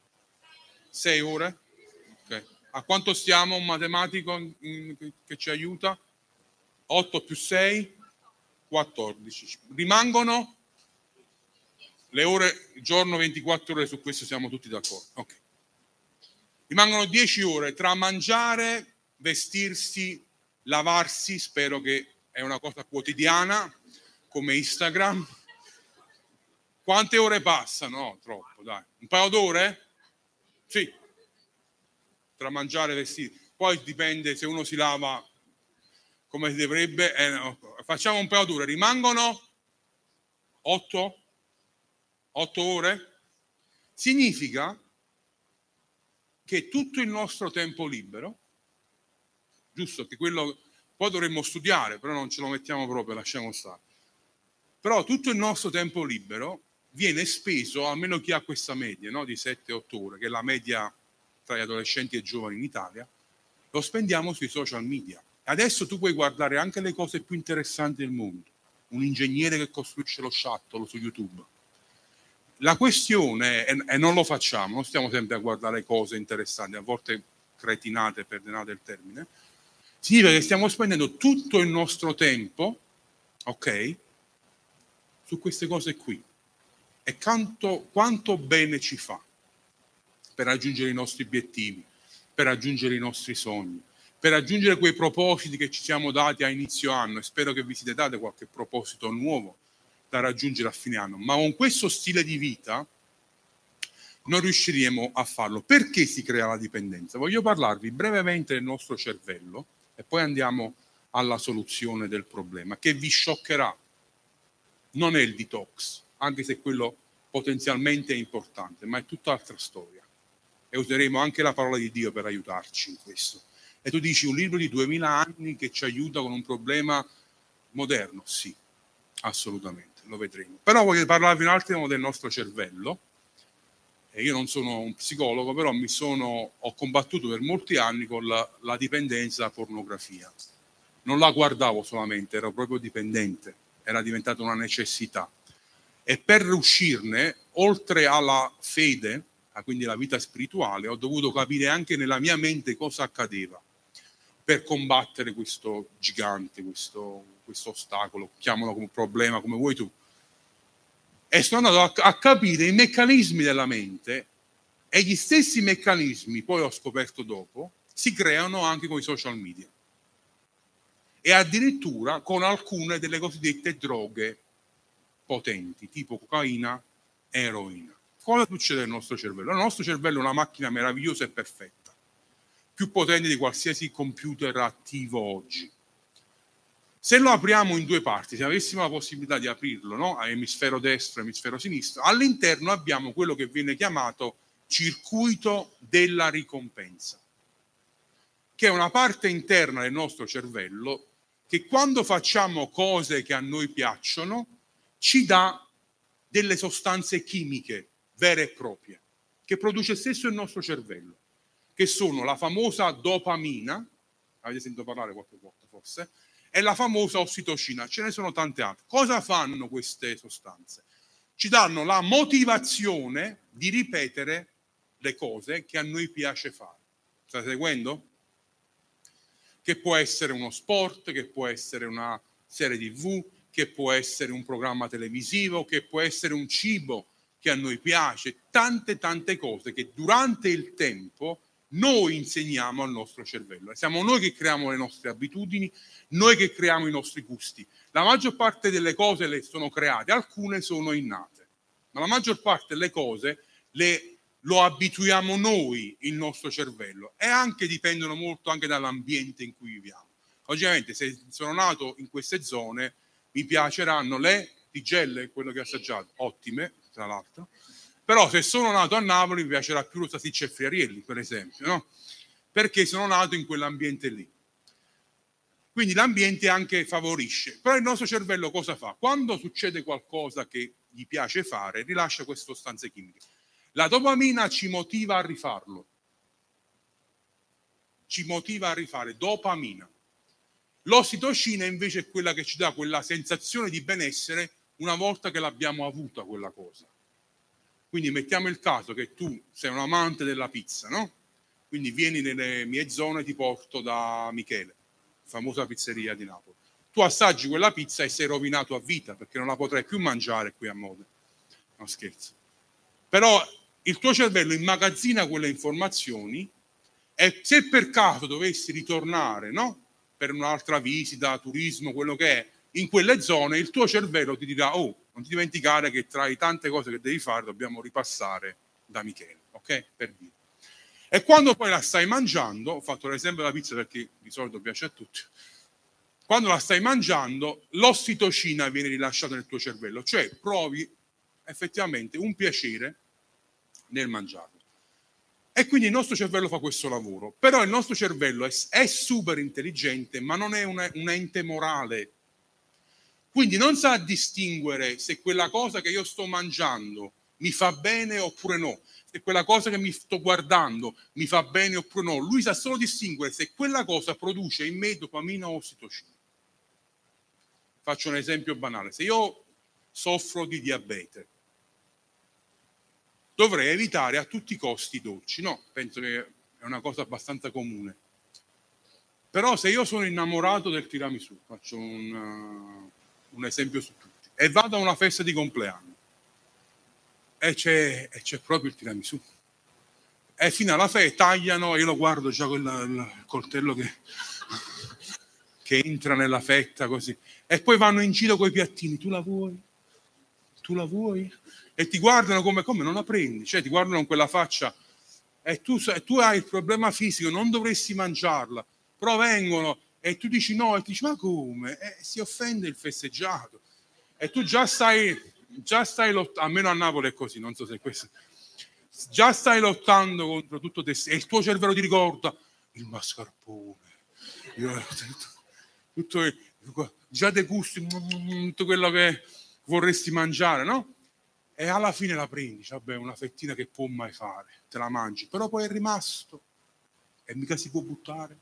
6 ore? Okay. A quanto stiamo un matematico che ci aiuta? 8 più 6? 14. Rimangono le ore, il giorno 24 ore, su questo siamo tutti d'accordo. Okay. Rimangono 10 ore tra mangiare, vestirsi, lavarsi, spero che è una cosa quotidiana, come Instagram. Quante ore passano? No, troppo, dai. Un paio d'ore? Sì. Tra mangiare e vestire. Poi dipende se uno si lava come si dovrebbe. No. Facciamo un paio d'ore. Rimangono 8 ore? Significa che tutto il nostro tempo libero, giusto che quello, poi dovremmo studiare, però non ce lo mettiamo proprio, lasciamo stare. Però tutto il nostro tempo libero viene speso, almeno chi ha questa media, no? Di 7-8 ore, che è la media tra gli adolescenti e giovani in Italia, lo spendiamo sui social media. Adesso tu puoi guardare anche le cose più interessanti del mondo, un ingegnere che costruisce lo shuttle su YouTube. La questione è, e non lo facciamo, non stiamo sempre a guardare cose interessanti, a volte cretinate, perdonate il termine, significa che stiamo spendendo tutto il nostro tempo, ok, su queste cose qui. E quanto bene ci fa per raggiungere i nostri obiettivi, per raggiungere i nostri sogni, per raggiungere quei propositi che ci siamo dati a inizio anno, e spero che vi siete date qualche proposito nuovo da raggiungere a fine anno, ma con questo stile di vita non riusciremo a farlo. Perché si crea la dipendenza? Voglio parlarvi brevemente del nostro cervello e poi andiamo alla soluzione del problema, che vi scioccherà. Non è il detox, anche se quello potenzialmente è importante, ma è tutt'altra storia. E useremo anche la parola di Dio per aiutarci in questo. E tu dici, un libro di 2000 anni che ci aiuta con un problema moderno? Sì, assolutamente, lo vedremo. Però voglio parlarvi un attimo del nostro cervello. E io non sono un psicologo, però ho combattuto per molti anni con la dipendenza da pornografia. Non la guardavo solamente, ero proprio dipendente, era diventata una necessità. E per uscirne, oltre alla fede, quindi la vita spirituale, ho dovuto capire anche nella mia mente cosa accadeva per combattere questo gigante, questo ostacolo, chiamalo come problema, come vuoi tu. E sono andato a capire i meccanismi della mente, e gli stessi meccanismi, poi ho scoperto dopo, si creano anche con i social media. E addirittura con alcune delle cosiddette droghe potenti, tipo cocaina e eroina. Cosa succede nel nostro cervello? Il nostro cervello è una macchina meravigliosa e perfetta, più potente di qualsiasi computer attivo oggi. Se lo apriamo in due parti, se avessimo la possibilità di aprirlo, no? A emisfero destro e emisfero sinistro, all'interno abbiamo quello che viene chiamato circuito della ricompensa, che è una parte interna del nostro cervello che quando facciamo cose che a noi piacciono ci dà delle sostanze chimiche vere e proprie che produce stesso il nostro cervello, che sono la famosa dopamina, avete sentito parlare qualche volta forse, e la famosa ossitocina. Ce ne sono tante altre. Cosa fanno queste sostanze? ci danno la motivazione di ripetere le cose che a noi piace fare. State seguendo? Che può essere uno sport, che può essere una serie TV, che può essere un programma televisivo, che può essere un cibo che a noi piace, tante cose che durante il tempo noi insegniamo al nostro cervello. Siamo noi che creiamo le nostre abitudini, noi che creiamo i nostri gusti. La maggior parte delle cose le sono create, alcune sono innate, ma la maggior parte delle cose lo abituiamo noi, il nostro cervello, e anche dipendono molto anche dall'ambiente in cui viviamo. Ovviamente se sono nato in queste zone mi piaceranno le tigelle, quello che ho assaggiato, ottime tra l'altro, però se sono nato a Napoli mi piacerà più lo salsiccia e friarielli, per esempio, no? Perché sono nato in quell'ambiente lì. Quindi l'ambiente anche favorisce. Però il nostro cervello cosa fa? Quando succede qualcosa che gli piace fare, rilascia queste sostanze chimiche. La dopamina ci motiva a rifarlo. Ci motiva a rifare dopamina. L'ossitocina invece è quella che ci dà quella sensazione di benessere una volta che l'abbiamo avuta quella cosa. Quindi mettiamo il caso che tu sei un amante della pizza, no? Quindi vieni nelle mie zone, ti porto da Michele, famosa pizzeria di Napoli. Tu assaggi quella pizza e sei rovinato a vita perché non la potrai più mangiare qui a Modena. No, scherzo. Però il tuo cervello immagazzina quelle informazioni e se per caso dovessi ritornare, no? Per un'altra visita, turismo, quello che è, in quelle zone il tuo cervello ti dirà: oh, non ti dimenticare che tra le tante cose che devi fare dobbiamo ripassare da Michele, ok? Per dire. E quando poi la stai mangiando, ho fatto l'esempio della pizza perché di solito piace a tutti, quando la stai mangiando l'ossitocina viene rilasciata nel tuo cervello, cioè provi effettivamente un piacere nel mangiarlo. E quindi il nostro cervello fa questo lavoro, però il nostro cervello è super intelligente, ma non è un ente morale. Quindi non sa distinguere se quella cosa che io sto mangiando mi fa bene oppure no, se quella cosa che mi sto guardando mi fa bene oppure no. Lui sa solo distinguere se quella cosa produce in me dopamina o ossitocina. Faccio un esempio banale. Se io soffro di diabete, dovrei evitare a tutti i costi i dolci, no? Penso che è una cosa abbastanza comune. Però se io sono innamorato del tiramisù, faccio un esempio su tutti, e vado a una festa di compleanno e c'è proprio il tiramisù, e fino alla festa tagliano, io lo guardo già con il coltello che entra nella fetta così, e poi vanno in giro con i piattini: tu la vuoi? Tu la vuoi? E ti guardano come non la prendi, cioè ti guardano con quella faccia, e tu hai il problema fisico, non dovresti mangiarla, però vengono e tu dici no, e ti dici: ma come? Si offende il festeggiato, e tu già stai lottando, almeno a Napoli è così, non so se questo, già stai lottando contro tutto te, e il tuo cervello ti ricorda il mascarpone, già te gusti tutto quello che vorresti mangiare, no? E alla fine la prendi, vabbè, una fettina che può mai fare, te la mangi, però poi è rimasto e mica si può buttare.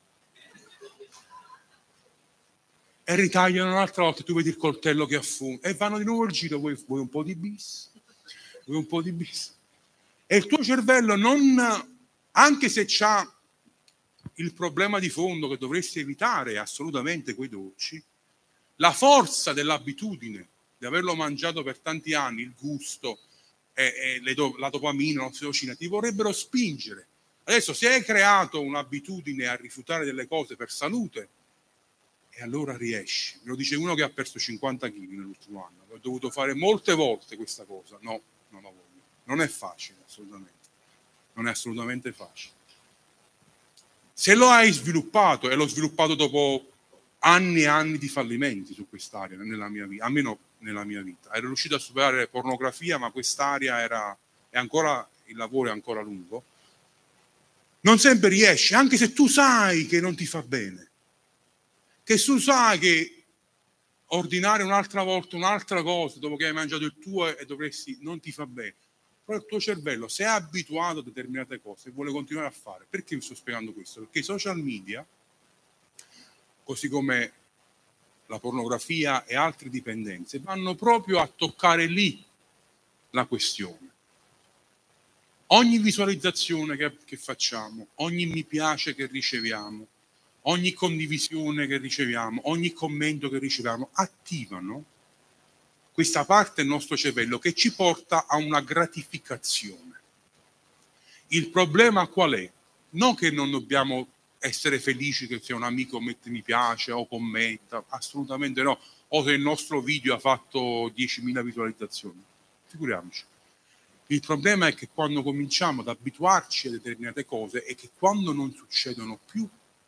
E ritagliano un'altra volta, tu vedi il coltello che affuma e vanno di nuovo al giro: vuoi un po' di bis? Vuoi un po' di bis? E il tuo cervello anche se c'ha il problema di fondo che dovresti evitare assolutamente quei dolci, la forza dell'abitudine di averlo mangiato per tanti anni, il gusto e la dopamina, l'ossitocina ti vorrebbero spingere. Adesso se hai creato un'abitudine a rifiutare delle cose per salute, e allora riesci. Me lo dice uno che ha perso 50 kg nell'ultimo anno. Ho dovuto fare molte volte questa cosa. No, non la voglio. Non è facile, assolutamente. Non è assolutamente facile. Se lo hai sviluppato, e l'ho sviluppato dopo anni e anni di fallimenti su quest'area nella mia vita, almeno nella mia vita. Ero riuscito a superare pornografia, ma quest'area il lavoro è ancora lungo. Non sempre riesci, anche se tu sai che non ti fa bene. Che tu sai che ordinare un'altra volta un'altra cosa dopo che hai mangiato il tuo e non ti fa bene. Però il tuo cervello, se è abituato a determinate cose, vuole continuare a fare. Perché vi sto spiegando questo? Perché i social media, così come la pornografia e altre dipendenze, vanno proprio a toccare lì la questione. Ogni visualizzazione che facciamo, ogni mi piace che riceviamo, ogni condivisione che riceviamo, ogni commento che riceviamo, attivano questa parte del nostro cervello che ci porta a una gratificazione. Il problema qual è? Non che non dobbiamo essere felici che se un amico mette mi piace o commenta, assolutamente no, o se il nostro video ha fatto 10.000 visualizzazioni, figuriamoci. Il problema è che quando cominciamo ad abituarci a determinate cose e che quando non succedono più,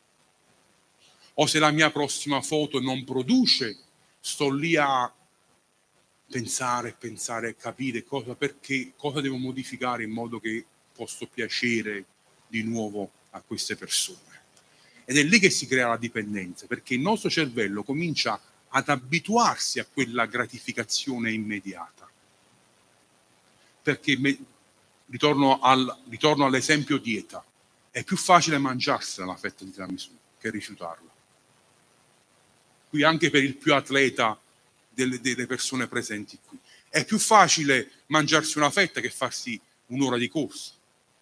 o se la mia prossima foto non produce, sto lì a pensare, capire cosa devo modificare in modo che posso piacere di nuovo a queste persone. Ed è lì che si crea la dipendenza, perché il nostro cervello comincia ad abituarsi a quella gratificazione immediata. Perché ritorno all'esempio dieta, è più facile mangiarsela la fetta di tiramisù che rifiutarla. Qui anche per il più atleta delle persone presenti qui, è più facile mangiarsi una fetta che farsi un'ora di corsa.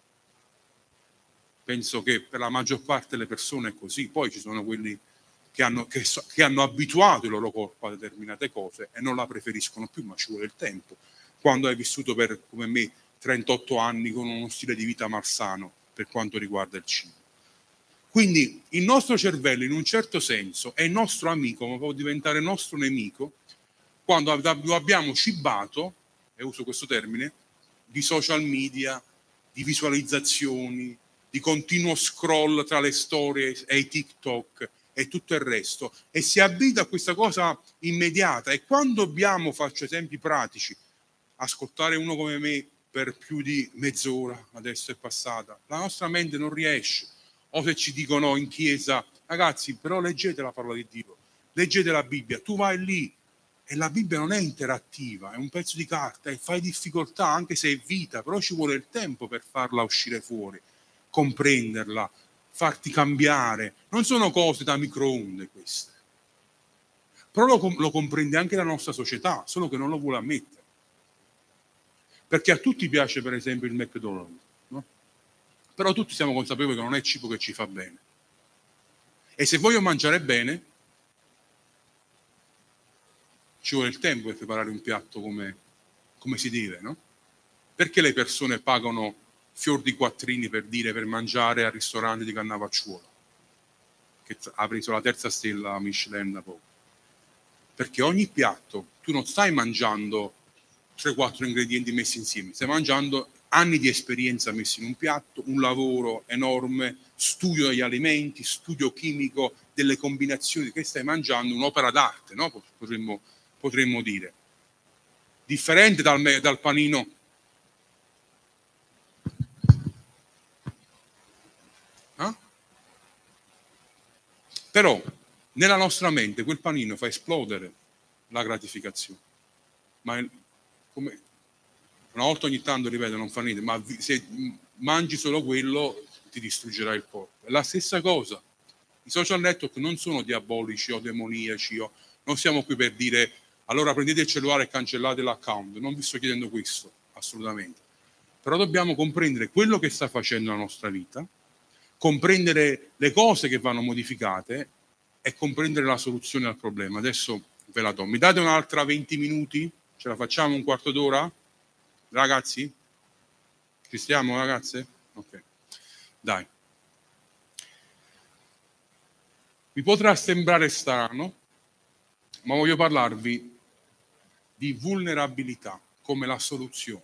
Penso che per la maggior parte delle persone è così. Poi ci sono quelli che hanno abituato il loro corpo a determinate cose e non la preferiscono più, ma ci vuole il tempo. Quando hai vissuto come me 38 anni con uno stile di vita malsano per quanto riguarda il cibo. Quindi il nostro cervello in un certo senso è il nostro amico, ma può diventare nostro nemico quando lo abbiamo cibato, e uso questo termine, di social media, di visualizzazioni, di continuo scroll tra le storie e i TikTok e tutto il resto, e si abita a questa cosa immediata. E quando faccio esempi pratici, ascoltare uno come me per più di mezz'ora, adesso è passata, la nostra mente non riesce. O se ci dicono in chiesa, ragazzi, però leggete la parola di Dio, leggete la Bibbia, tu vai lì, e la Bibbia non è interattiva, è un pezzo di carta e fai difficoltà, anche se è vita, però ci vuole il tempo per farla uscire fuori, comprenderla, farti cambiare. Non sono cose da microonde queste. Però lo comprende anche la nostra società, solo che non lo vuole ammettere. Perché a tutti piace per esempio il McDonald's, no? Però tutti siamo consapevoli che non è cibo che ci fa bene. E se voglio mangiare bene, ci vuole il tempo per preparare un piatto come si deve, no? Perché le persone pagano fior di quattrini per mangiare al ristorante di Cannavacciuolo, che ha preso la 3ª stella a Michelin da poco? Perché ogni piatto, tu non stai mangiando 3-4 ingredienti messi insieme, stai mangiando anni di esperienza messi in un piatto, un lavoro enorme, studio degli alimenti, studio chimico delle combinazioni che stai mangiando, un'opera d'arte, no? Potremmo dire. Differente dal panino. Però nella nostra mente quel panino fa esplodere la gratificazione. Ma come una volta ogni tanto, ripeto, non fa niente, ma se mangi solo quello ti distruggerà il corpo. È la stessa cosa. I social network non sono diabolici o demoniaci, non siamo qui per dire allora prendete il cellulare e cancellate l'account. Non vi sto chiedendo questo, assolutamente. Però dobbiamo comprendere quello che sta facendo la nostra vita, comprendere le cose che vanno modificate e comprendere la soluzione al problema. Adesso ve la do. Mi date un'altra 20 minuti? Ce la facciamo, un quarto d'ora? Ragazzi? Ci stiamo, ragazze? Ok. Dai. Vi potrà sembrare strano, ma voglio parlarvi di vulnerabilità come la soluzione.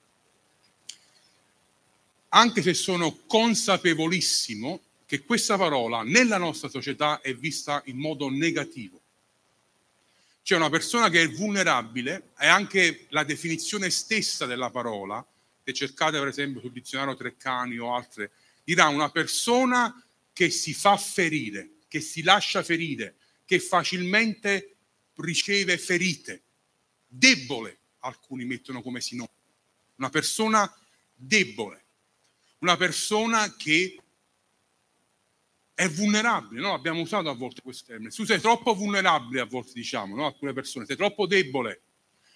Anche se sono consapevolissimo che questa parola nella nostra società è vista in modo negativo. C'è una persona che è vulnerabile, è anche la definizione stessa della parola, se cercate per esempio sul dizionario Treccani o altre, dirà una persona che si fa ferire, che si lascia ferire, che facilmente riceve ferite, debole, alcuni mettono come sinonimo, una persona debole, una persona che è vulnerabile, no? Abbiamo usato a volte questo termine. Tu sei troppo vulnerabile, a volte diciamo, no? Alcune persone, sei troppo debole.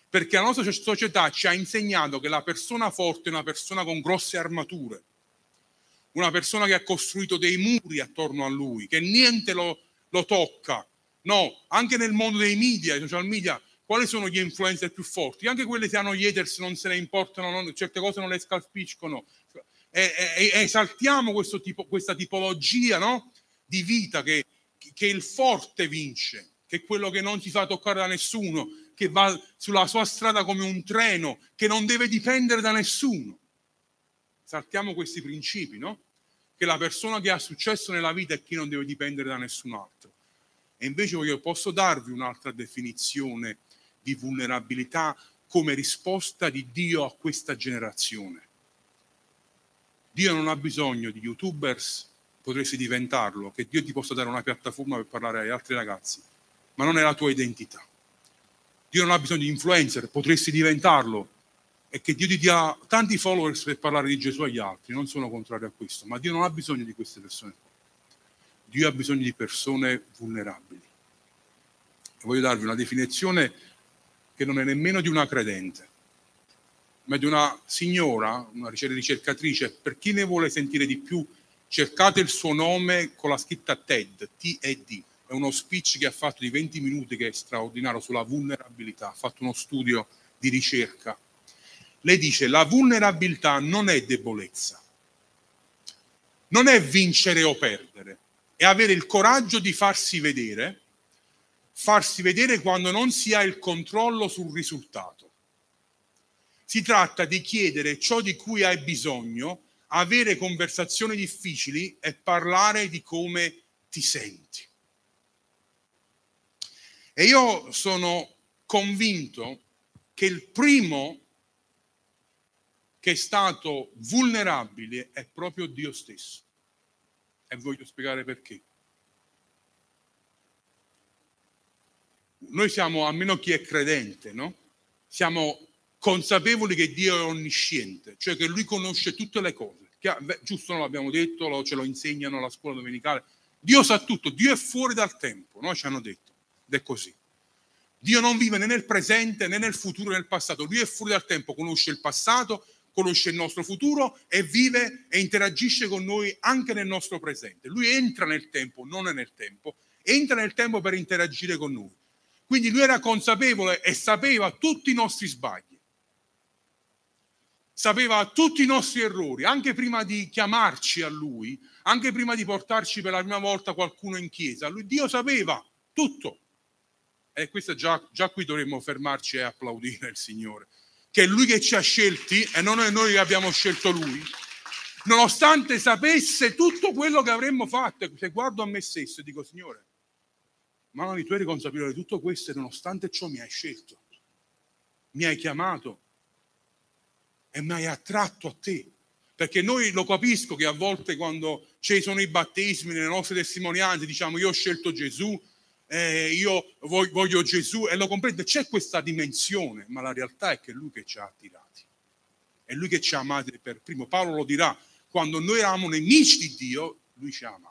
perché la nostra società ci ha insegnato che la persona forte è una persona con grosse armature, una persona che ha costruito dei muri attorno a lui, che niente lo tocca. No, anche nel mondo dei media, dei social media, quali sono gli influencer più forti? Anche quelli che hanno gli haters non se ne importano, certe cose non le scalpiscono. Esaltiamo questa tipologia, no? Di vita che il forte vince, che è quello che non si fa toccare da nessuno, che va sulla sua strada come un treno, che non deve dipendere da nessuno. Saltiamo questi principi, no? Che la persona che ha successo nella vita è chi non deve dipendere da nessun altro. E invece io posso darvi un'altra definizione di vulnerabilità come risposta di Dio a questa generazione. Dio non ha bisogno di YouTubers, potresti diventarlo, che Dio ti possa dare una piattaforma per parlare agli altri ragazzi, ma non è la tua identità. Dio non ha bisogno di influencer, potresti diventarlo, e che Dio ti dia tanti followers per parlare di Gesù agli altri, non sono contrario a questo, ma Dio non ha bisogno di queste persone qua. Dio ha bisogno di persone vulnerabili. E voglio darvi una definizione che non è nemmeno di una credente, ma di una signora, una ricercatrice. Per chi ne vuole sentire di più, cercate il suo nome con la scritta TED, T-E-D. È uno speech che ha fatto di 20 minuti che è straordinario sulla vulnerabilità, ha fatto uno studio di ricerca. Lei dice: la vulnerabilità non è debolezza, non è vincere o perdere, è avere il coraggio di farsi vedere quando non si ha il controllo sul risultato. Si tratta di chiedere ciò di cui hai bisogno, avere conversazioni difficili e parlare di come ti senti. E io sono convinto che il primo che è stato vulnerabile è proprio Dio stesso. E voglio spiegare perché. Noi siamo, almeno chi è credente, no? Siamo consapevoli che Dio è onnisciente, cioè che Lui conosce tutte le cose. Giusto, non l'abbiamo detto, ce lo insegnano alla scuola domenicale. Dio sa tutto, Dio è fuori dal tempo, no? Ci hanno detto, ed è così. Dio non vive né nel presente né nel futuro né nel passato, Lui è fuori dal tempo, conosce il passato, conosce il nostro futuro e vive e interagisce con noi anche nel nostro presente. Lui entra nel tempo, non è nel tempo, entra nel tempo per interagire con noi. Quindi Lui era consapevole e sapeva tutti i nostri sbagli, sapeva tutti i nostri errori, anche prima di chiamarci a Lui, anche prima di portarci per la prima volta qualcuno in chiesa. Dio sapeva tutto. E questo già qui dovremmo fermarci e applaudire il Signore, che è Lui che ci ha scelti e non è noi che abbiamo scelto Lui, nonostante sapesse tutto quello che avremmo fatto. Se guardo a me stesso e dico: Signore, ma tu eri consapevole di tutto questo e nonostante ciò mi hai scelto, mi hai chiamato e mi hai attratto a te. Perché noi, lo capisco che a volte quando ci sono i battesimi, nelle nostre testimonianze, diciamo: io ho scelto Gesù, io voglio Gesù, e lo comprende, c'è questa dimensione, ma la realtà è che è Lui che ci ha attirati, è Lui che ci ha amati per primo. Paolo lo dirà: quando noi eravamo nemici di Dio, Lui ci ha amati.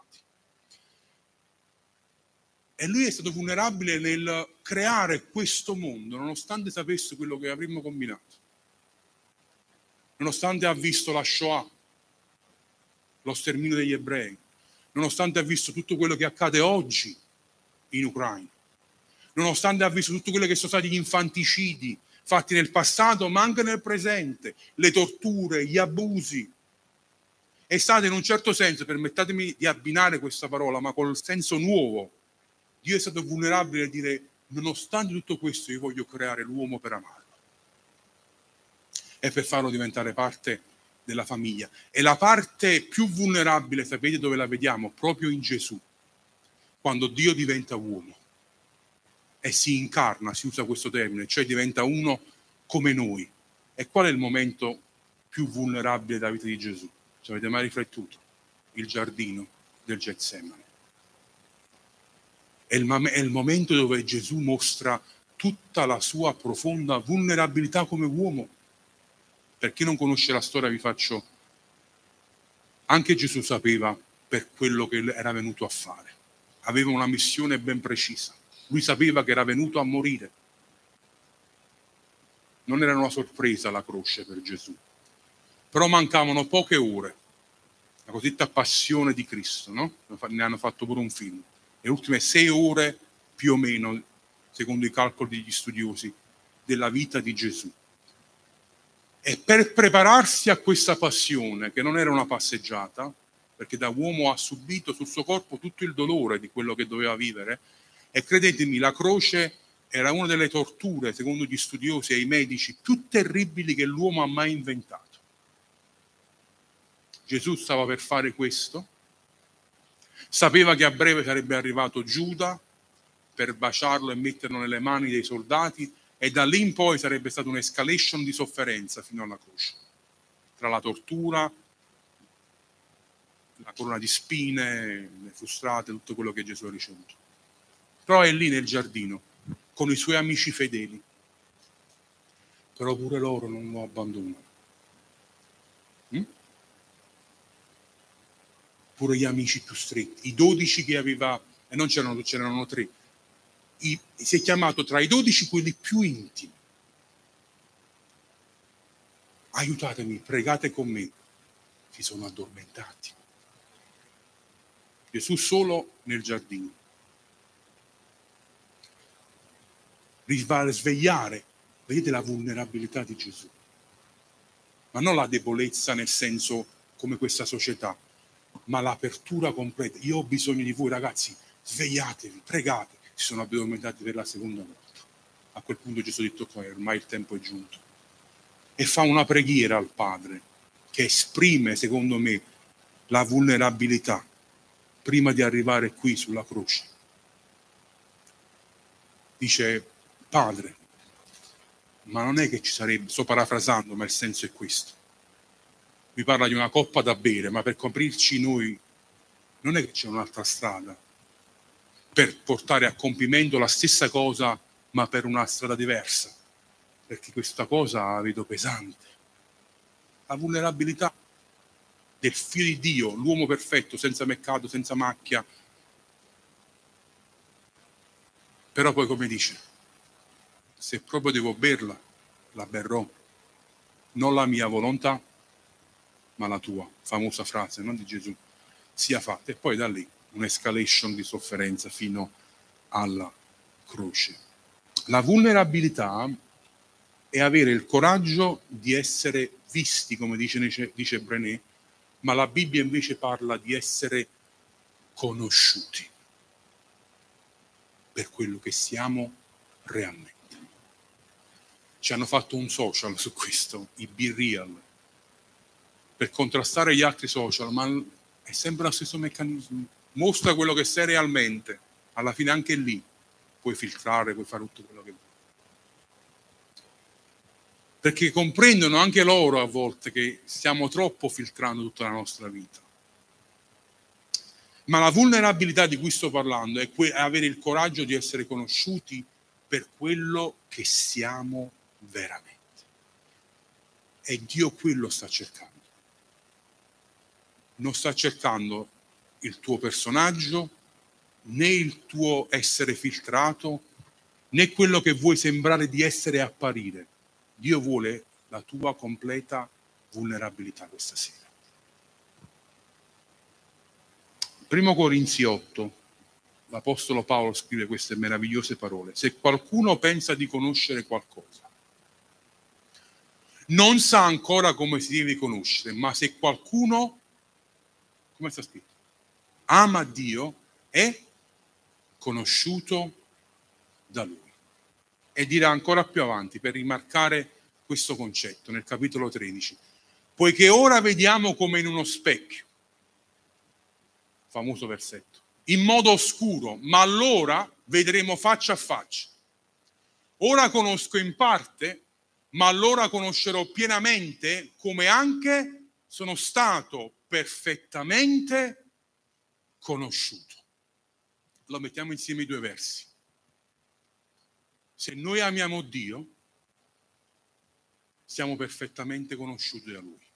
E Lui è stato vulnerabile nel creare questo mondo, nonostante sapesse quello che avremmo combinato, nonostante ha visto la Shoah, lo sterminio degli ebrei, nonostante ha visto tutto quello che accade oggi in Ucraina, nonostante ha visto tutto quello che sono stati gli infanticidi fatti nel passato ma anche nel presente, le torture, gli abusi. È stato, in un certo senso, permettetemi di abbinare questa parola ma col senso nuovo, Dio è stato vulnerabile a dire: nonostante tutto questo io voglio creare l'uomo per amarlo e per farlo diventare parte della famiglia. E la parte più vulnerabile, sapete dove la vediamo? Proprio in Gesù, quando Dio diventa uomo e si incarna, si usa questo termine, cioè diventa uno come noi. E qual è il momento più vulnerabile della vita di Gesù? Se avete mai riflettuto? Il giardino del Getsemani. È il momento dove Gesù mostra tutta la sua profonda vulnerabilità come uomo. Per chi non conosce la storia vi faccio: anche Gesù sapeva per quello che era venuto a fare, aveva una missione ben precisa, Lui sapeva che era venuto a morire non era una sorpresa la croce per Gesù, però mancavano poche ore, la cosiddetta passione di Cristo, no? Ne hanno fatto pure un film. Le ultime 6 ore più o meno, secondo i calcoli degli studiosi, della vita di Gesù. E per prepararsi a questa passione, che non era una passeggiata, perché da uomo ha subito sul suo corpo tutto il dolore di quello che doveva vivere, e credetemi, la croce era una delle torture, secondo gli studiosi e i medici, più terribili che l'uomo ha mai inventato. Gesù stava per fare questo, sapeva che a breve sarebbe arrivato Giuda per baciarlo e metterlo nelle mani dei soldati, e da lì in poi sarebbe stata un'escalation di sofferenza fino alla croce, tra la tortura, la corona di spine, le frustate, tutto quello che Gesù ha ricevuto. Però è lì nel giardino, con i suoi amici fedeli, però pure loro non lo abbandonano. Pure gli amici più stretti, i 12 che aveva, e non c'erano 3, si è chiamato tra i 12 quelli più intimi. Aiutatemi, pregate con me. Si sono addormentati. Gesù solo nel giardino. Risvegliare, vedete la vulnerabilità di Gesù, ma non la debolezza nel senso come questa società, ma l'apertura completa. Io ho bisogno di voi, ragazzi, svegliatevi, pregate. Si sono addormentati per la seconda volta. A quel punto Gesù ha detto: ormai il tempo è giunto, e fa una preghiera al Padre che esprime, secondo me, la vulnerabilità prima di arrivare qui sulla croce. Dice: Padre, ma non è che ci sarebbe, sto parafrasando, ma il senso è questo, vi parla di una coppa da bere, ma per coprirci noi non è che c'è un'altra strada per portare a compimento la stessa cosa, ma per una strada diversa, perché questa cosa la vedo pesante. La vulnerabilità del Figlio di Dio, l'uomo perfetto, senza peccato, senza macchia. Però poi, come dice, se proprio devo berla, la berrò, non la mia volontà, ma la tua. Famosa frase, no, di Gesù, sia fatta. E poi da lì un'escalation di sofferenza fino alla croce. La vulnerabilità è avere il coraggio di essere visti, come dice Brené, ma la Bibbia invece parla di essere conosciuti per quello che siamo realmente. Ci hanno fatto un social su questo, i Be Real, per contrastare gli altri social, ma è sempre lo stesso meccanismo. Mostra quello che sei realmente, alla fine anche lì puoi filtrare, puoi fare tutto quello che vuoi. Perché comprendono anche loro a volte che stiamo troppo filtrando tutta la nostra vita. Ma la vulnerabilità di cui sto parlando è avere il coraggio di essere conosciuti per quello che siamo veramente. E Dio quello sta cercando. Non sta cercando il tuo personaggio, né il tuo essere filtrato, né quello che vuoi sembrare di essere e apparire. Dio vuole la tua completa vulnerabilità questa sera. 1 Corinzi 8, l'Apostolo Paolo scrive queste meravigliose parole: se qualcuno pensa di conoscere qualcosa, non sa ancora come si deve conoscere, ma se qualcuno, come sta scritto, ama Dio, è conosciuto da Lui. E dirà ancora più avanti, per rimarcare questo concetto, nel capitolo 13, poiché ora vediamo come in uno specchio, famoso versetto, in modo oscuro, ma allora vedremo faccia a faccia. Ora conosco in parte, ma allora conoscerò pienamente, come anche sono stato perfettamente conosciuto. Lo mettiamo insieme i due versi. Se noi amiamo Dio, siamo perfettamente conosciuti da Lui.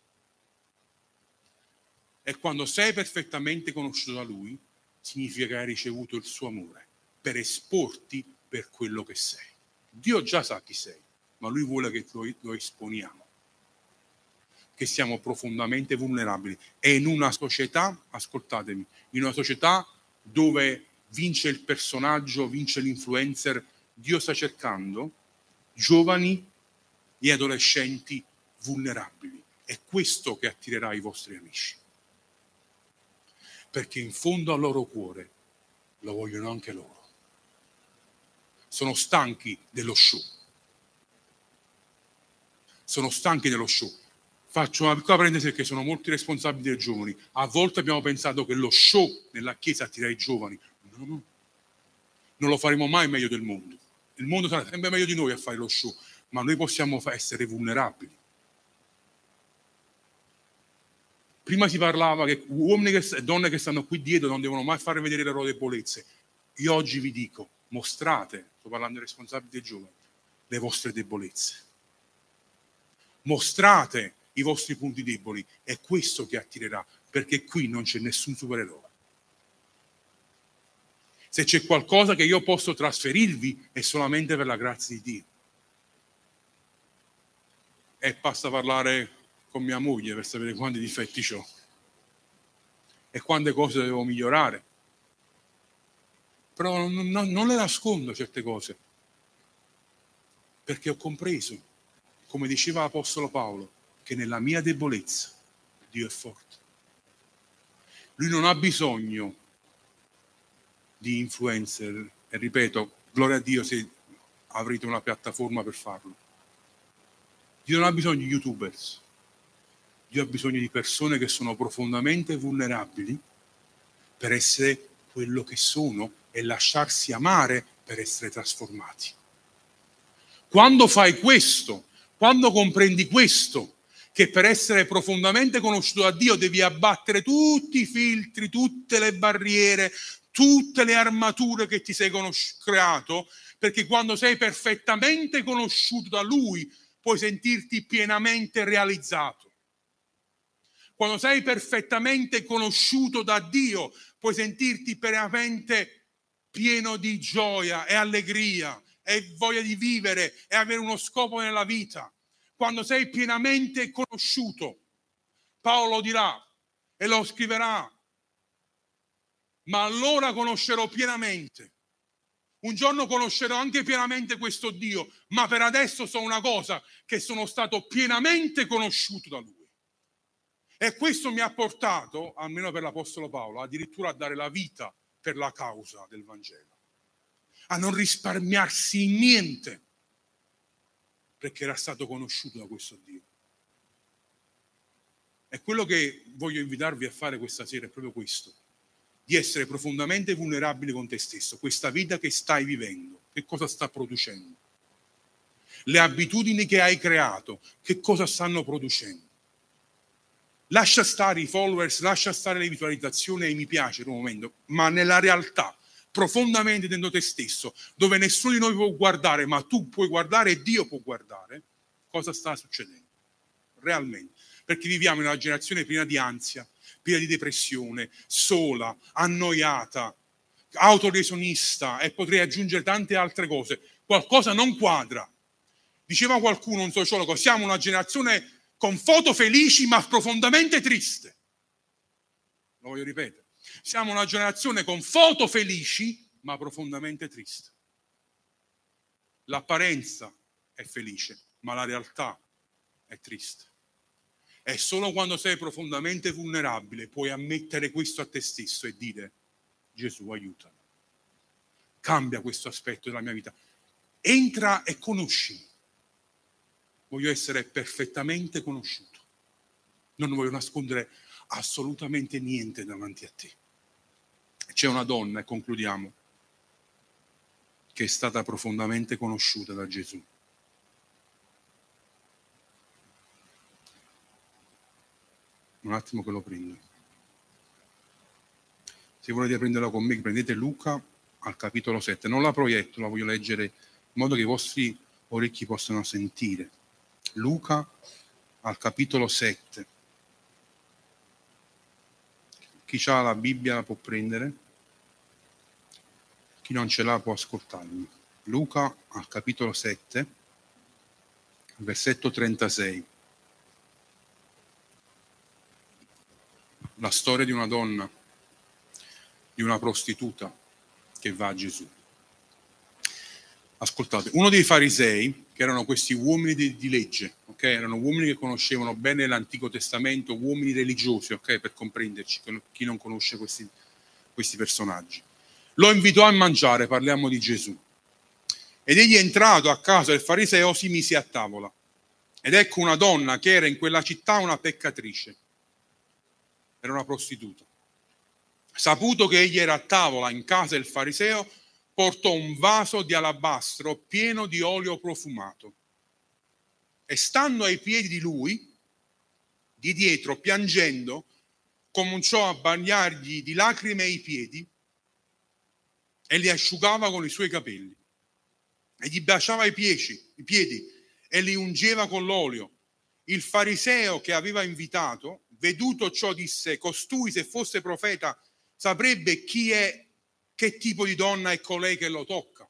E quando sei perfettamente conosciuto da Lui, significa che hai ricevuto il suo amore per esporti per quello che sei. Dio già sa chi sei, ma Lui vuole che lo esponiamo, che siamo profondamente vulnerabili. E in una società, ascoltatemi, in una società dove vince il personaggio, vince l'influencer, Dio sta cercando giovani e adolescenti vulnerabili. È questo che attirerà i vostri amici, perché in fondo al loro cuore lo vogliono anche loro. Sono stanchi dello show. Sono stanchi dello show. Faccio una piccola parentesi perché sono molti responsabili dei giovani. A volte abbiamo pensato che lo show nella Chiesa attira i giovani. No. Non lo faremo mai meglio del mondo. Il mondo sarà sempre meglio di noi a fare lo show, ma noi possiamo essere vulnerabili. Prima si parlava che uomini e donne che stanno qui dietro non devono mai fare vedere le loro debolezze. Io oggi vi dico, mostrate, sto parlando ai responsabili dei giovani, le vostre debolezze. Mostrate i vostri punti deboli, è questo che attirerà, perché qui non c'è nessun supereroe. Se c'è qualcosa che io posso trasferirvi è solamente per la grazia di Dio. E basta parlare con mia moglie per sapere quanti difetti ho e quante cose devo migliorare. Però non le nascondo certe cose, perché ho compreso, come diceva l'Apostolo Paolo, che nella mia debolezza Dio è forte. Lui non ha bisogno di influencer, e ripeto, gloria a Dio se avrete una piattaforma per farlo. Dio non ha bisogno di youtubers, Dio ha bisogno di persone che sono profondamente vulnerabili per essere quello che sono e lasciarsi amare per essere trasformati. Quando fai questo, quando comprendi questo, che per essere profondamente conosciuto da Dio devi abbattere tutti i filtri, tutte le barriere, tutte le armature che ti sei creato, perché quando sei perfettamente conosciuto da Lui puoi sentirti pienamente realizzato. Quando sei perfettamente conosciuto da Dio puoi sentirti pienamente pieno di gioia e allegria e voglia di vivere e avere uno scopo nella vita. Quando sei pienamente conosciuto, Paolo dirà e lo scriverà, ma allora conoscerò pienamente. Un giorno conoscerò anche pienamente questo Dio, ma per adesso so una cosa, che sono stato pienamente conosciuto da Lui. E questo mi ha portato, almeno per l'Apostolo Paolo, addirittura a dare la vita per la causa del Vangelo, a non risparmiarsi in niente, perché era stato conosciuto da questo Dio. E quello che voglio invitarvi a fare questa sera è proprio questo, di essere profondamente vulnerabili con te stesso. Questa vita che stai vivendo, che cosa sta producendo? Le abitudini che hai creato, che cosa stanno producendo? Lascia stare i followers, lascia stare le visualizzazioni e i mi piace in un momento, ma nella realtà, profondamente dentro te stesso, dove nessuno di noi può guardare, ma tu puoi guardare e Dio può guardare, cosa sta succedendo? Realmente. Perché viviamo in una generazione piena di ansia, piena di depressione, sola, annoiata, autolesionista, e potrei aggiungere tante altre cose. Qualcosa non quadra. Diceva qualcuno, un sociologo, siamo una generazione con foto felici ma profondamente triste. Lo voglio ripetere. Siamo una generazione con foto felici ma profondamente triste. L'apparenza è felice, ma la realtà è triste. E solo quando sei profondamente vulnerabile puoi ammettere questo a te stesso e dire: Gesù, aiutami. Cambia questo aspetto della mia vita. Entra e conoscimi. Voglio essere perfettamente conosciuto. Non voglio nascondere assolutamente niente davanti a te. C'è una donna, e concludiamo, che è stata profondamente conosciuta da Gesù. Un attimo che lo prendo. Se volete prenderla con me, prendete Luca al capitolo 7. Non la proietto, la voglio leggere in modo che i vostri orecchi possano sentire. Luca al capitolo 7. Chi ha la Bibbia la può prendere, chi non ce l'ha può ascoltarmi. Luca al capitolo 7 versetto 36. La storia di una donna, di una prostituta che va a Gesù. Ascoltate, uno dei farisei, che erano questi uomini di legge, ok? Erano uomini che conoscevano bene l'Antico Testamento, uomini religiosi, ok? Per comprenderci, chi non conosce questi personaggi. Lo invitò a mangiare, parliamo di Gesù. Ed egli, entrato a casa del fariseo, si mise a tavola. Ed ecco una donna che era in quella città una peccatrice. Era una prostituta. Saputo che egli era a tavola in casa del fariseo, portò un vaso di alabastro pieno di olio profumato e, stando ai piedi di lui, di dietro, piangendo, cominciò a bagnargli di lacrime i piedi e li asciugava con i suoi capelli e gli baciava i piedi e li ungeva con l'olio. Il fariseo che aveva invitato, veduto ciò, disse: costui, se fosse profeta, saprebbe chi è, che tipo di donna è colei che lo tocca,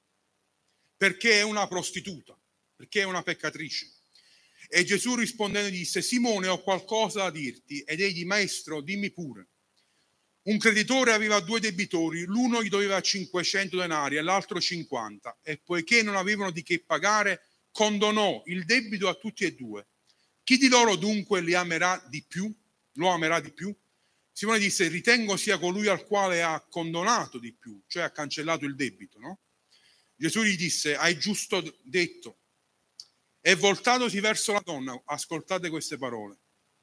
perché è una prostituta, perché è una peccatrice. E Gesù rispondendo disse: Simone, ho qualcosa da dirti. Ed egli: maestro, dimmi pure. Un creditore aveva 2 debitori, l'uno gli doveva 500 denari e l'altro 50, e poiché non avevano di che pagare, condonò il debito a tutti e 2. Chi di loro dunque li amerà di più? Lo amerà di più? Simone disse: ritengo sia colui al quale ha condonato di più, cioè ha cancellato il debito, no? Gesù gli disse: hai giusto detto. E voltatosi verso la donna, ascoltate queste parole,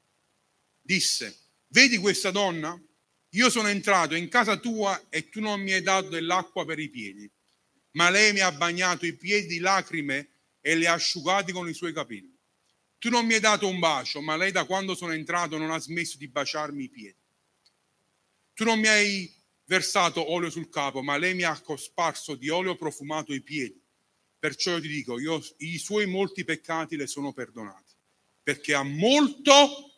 disse: vedi questa donna? Io sono entrato in casa tua e tu non mi hai dato dell'acqua per i piedi, ma lei mi ha bagnato i piedi di lacrime e li ha asciugati con i suoi capelli. Tu non mi hai dato un bacio, ma lei da quando sono entrato non ha smesso di baciarmi i piedi. Tu non mi hai versato olio sul capo, ma lei mi ha cosparso di olio profumato i piedi. Perciò io ti dico, i suoi molti peccati le sono perdonati, perché ha molto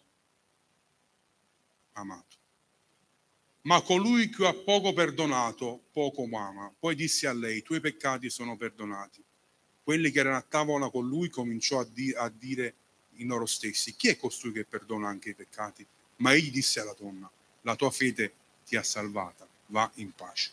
amato. Ma colui che ha poco perdonato, poco ama. Poi disse a lei: i tuoi peccati sono perdonati. Quelli che erano a tavola con lui cominciò a dire in loro stessi: chi è costui che perdona anche i peccati? Ma egli disse alla donna: la tua fede ti ha salvata, va in pace.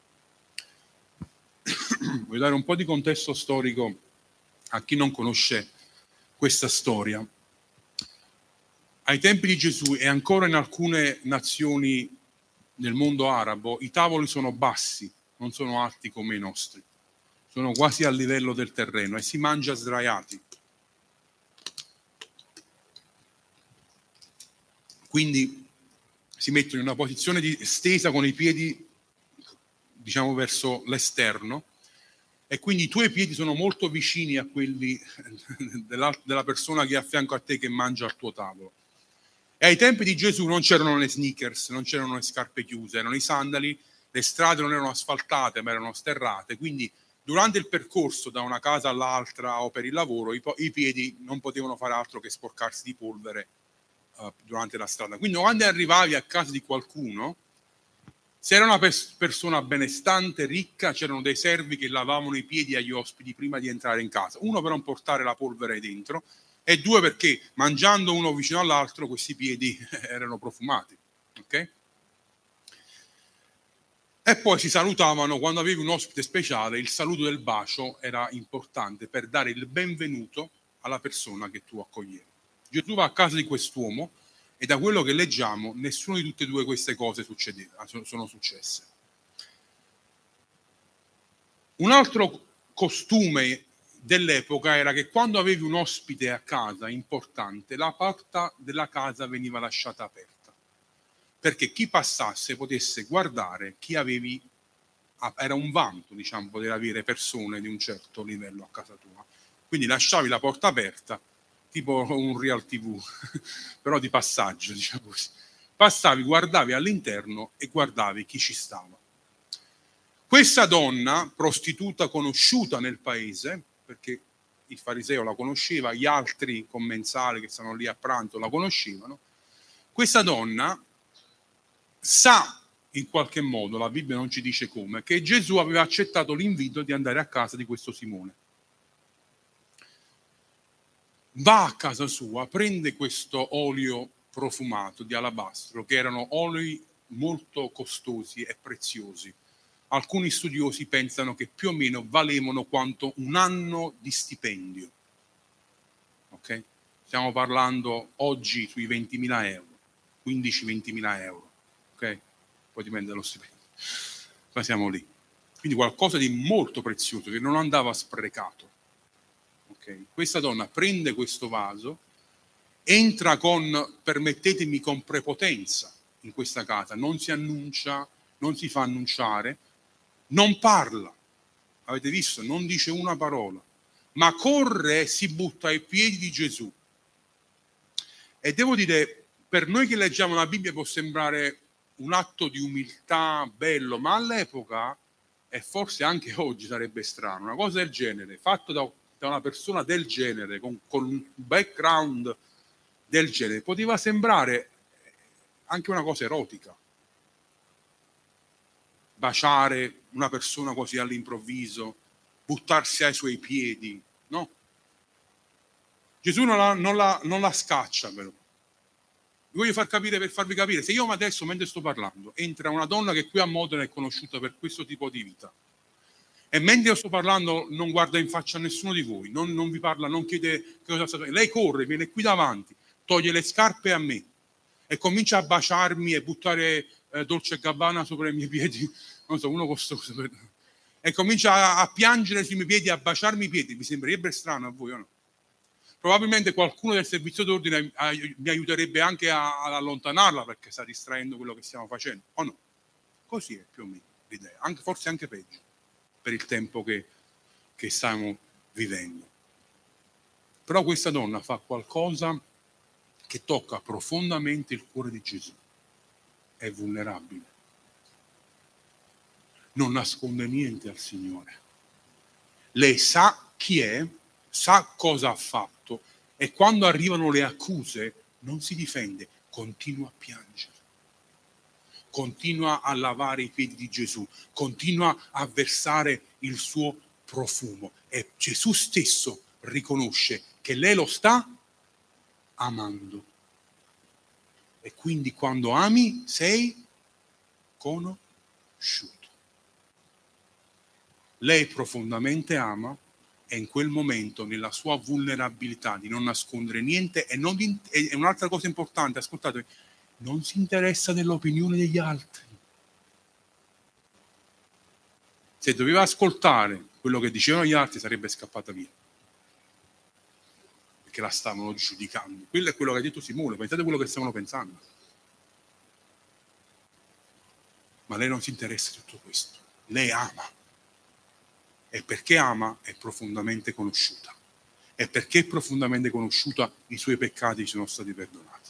Voglio dare un po' di contesto storico a chi non conosce questa storia. Ai tempi di Gesù e ancora in alcune nazioni nel mondo arabo i tavoli sono bassi, non sono alti come i nostri, sono quasi a livello del terreno e si mangia sdraiati. Quindi si mettono in una posizione stesa con i piedi, diciamo, verso l'esterno, e quindi i tuoi piedi sono molto vicini a quelli della persona che è a fianco a te che mangia al tuo tavolo. E ai tempi di Gesù non c'erano le sneakers, non c'erano le scarpe chiuse, erano i sandali, le strade non erano asfaltate ma erano sterrate, quindi durante il percorso da una casa all'altra o per il lavoro i piedi non potevano fare altro che sporcarsi di polvere durante la strada. Quindi quando arrivavi a casa di qualcuno, se era una persona benestante, ricca, c'erano dei servi che lavavano i piedi agli ospiti prima di entrare in casa, uno per non portare la polvere dentro e 2 perché mangiando uno vicino all'altro questi piedi erano profumati, ok? E poi si salutavano. Quando avevi un ospite speciale, il saluto del bacio era importante per dare il benvenuto alla persona che tu accoglievi. Gesù va a casa di quest'uomo e da quello che leggiamo nessuna di tutte e 2 queste cose sono successe. Un altro costume dell'epoca era che quando avevi un ospite a casa importante, la porta della casa veniva lasciata aperta, perché chi passasse potesse guardare chi avevi. Era un vanto, diciamo, poter avere persone di un certo livello a casa tua. Quindi lasciavi la porta aperta, tipo un Real TV, però di passaggio, diciamo così. Passavi, guardavi all'interno e guardavi chi ci stava. Questa donna, prostituta conosciuta nel paese, perché il fariseo la conosceva, gli altri commensali che stanno lì a pranzo la conoscevano, questa donna sa in qualche modo, la Bibbia non ci dice come, che Gesù aveva accettato l'invito di andare a casa di questo Simone. va a casa sua, prende questo olio profumato di alabastro, che erano oli molto costosi e preziosi. Alcuni studiosi pensano che più o meno valevano quanto un anno di stipendio. Ok? Stiamo parlando oggi sui 20.000 euro, 15-20.000 euro. Ok? Poi dipende dallo stipendio. Ma siamo lì. Quindi qualcosa di molto prezioso che non andava sprecato. Okay. Questa donna prende questo vaso, entra con, permettetemi, con prepotenza in questa casa, non si annuncia, non si fa annunciare, non parla, avete visto? Non dice una parola, ma corre e si butta ai piedi di Gesù. E devo dire, per noi che leggiamo la Bibbia può sembrare un atto di umiltà bello, ma all'epoca, e forse anche oggi sarebbe strano, una cosa del genere, fatta da una persona del genere, con un background del genere, poteva sembrare anche una cosa erotica. Baciare una persona così all'improvviso, buttarsi ai suoi piedi, no? Gesù non la scaccia, però. Vi voglio far capire, per farvi capire, se io adesso, mentre sto parlando, entra una donna che qui a Modena è conosciuta per questo tipo di vita, e mentre io sto parlando non guarda in faccia a nessuno di voi, non vi parla, non chiede che cosa sta facendo, lei corre, viene qui davanti, toglie le scarpe a me e comincia a baciarmi e buttare Dolce & Gabbana sopra i miei piedi, non so, uno costoso, e comincia a piangere sui miei piedi, a baciarmi i piedi. Vi sembrerebbe strano a voi o no? Probabilmente qualcuno del servizio d'ordine mi aiuterebbe anche ad allontanarla, perché sta distraendo quello che stiamo facendo, o no? Così è più o meno l'idea, forse anche peggio per il tempo che stiamo vivendo. Però questa donna fa qualcosa che tocca profondamente il cuore di Gesù. È vulnerabile, non nasconde niente al Signore. Lei sa chi è, sa cosa ha fatto, e quando arrivano le accuse non si difende, continua a piangere, continua a lavare i piedi di Gesù, continua a versare il suo profumo, e Gesù stesso riconosce che lei lo sta amando. E quindi quando ami sei conosciuto. Lei profondamente ama, e in quel momento, nella sua vulnerabilità di non nascondere niente, e un'altra cosa importante, ascoltate, non si interessa dell'opinione degli altri. Se doveva ascoltare quello che dicevano gli altri sarebbe scappata via, perché la stavano giudicando. Quello è quello che ha detto Simone, pensate quello che stavano pensando. Ma lei non si interessa di tutto questo, lei ama, e perché ama è profondamente conosciuta, e perché è profondamente conosciuta i suoi peccati sono stati perdonati.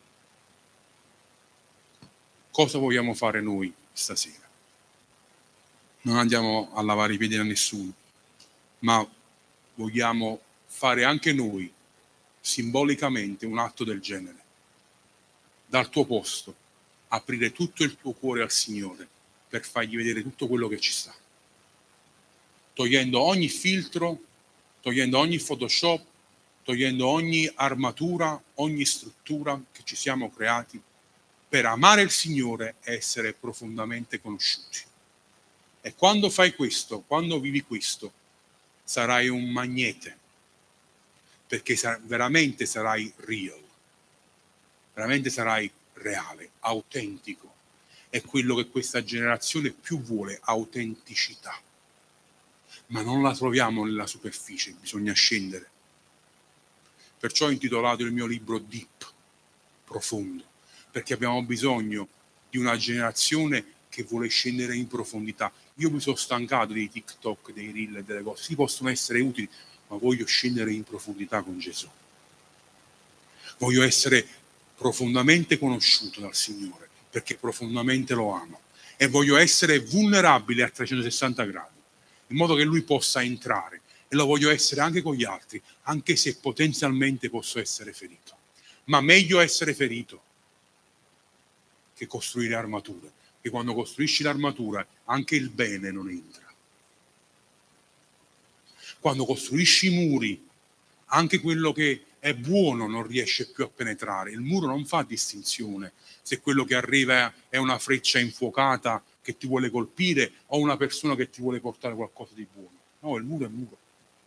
Cosa vogliamo fare noi stasera? Non andiamo a lavare i piedi a nessuno, ma vogliamo fare anche noi simbolicamente un atto del genere. Dal tuo posto, aprire tutto il tuo cuore al Signore per fargli vedere tutto quello che ci sta. Togliendo ogni filtro, togliendo ogni Photoshop, togliendo ogni armatura, ogni struttura che ci siamo creati per amare il Signore e essere profondamente conosciuti. E quando fai questo, quando vivi questo, sarai un magnete, perché veramente sarai real, veramente sarai reale, autentico. È quello che questa generazione più vuole, autenticità. Ma non la troviamo nella superficie, bisogna scendere. Perciò ho intitolato il mio libro Deep, profondo, perché abbiamo bisogno di una generazione che vuole scendere in profondità. Io mi sono stancato dei TikTok, dei reel e delle cose, sì, possono essere utili, ma voglio scendere in profondità con Gesù. Voglio essere profondamente conosciuto dal Signore, perché profondamente lo amo, e voglio essere vulnerabile a 360 gradi, in modo che Lui possa entrare, e lo voglio essere anche con gli altri, anche se potenzialmente posso essere ferito. Ma meglio essere ferito che costruire armature, che quando costruisci l'armatura anche il bene non entra. Quando costruisci i muri, anche quello che è buono non riesce più a penetrare. Il muro non fa distinzione se quello che arriva è una freccia infuocata che ti vuole colpire o una persona che ti vuole portare qualcosa di buono. No, il muro è muro.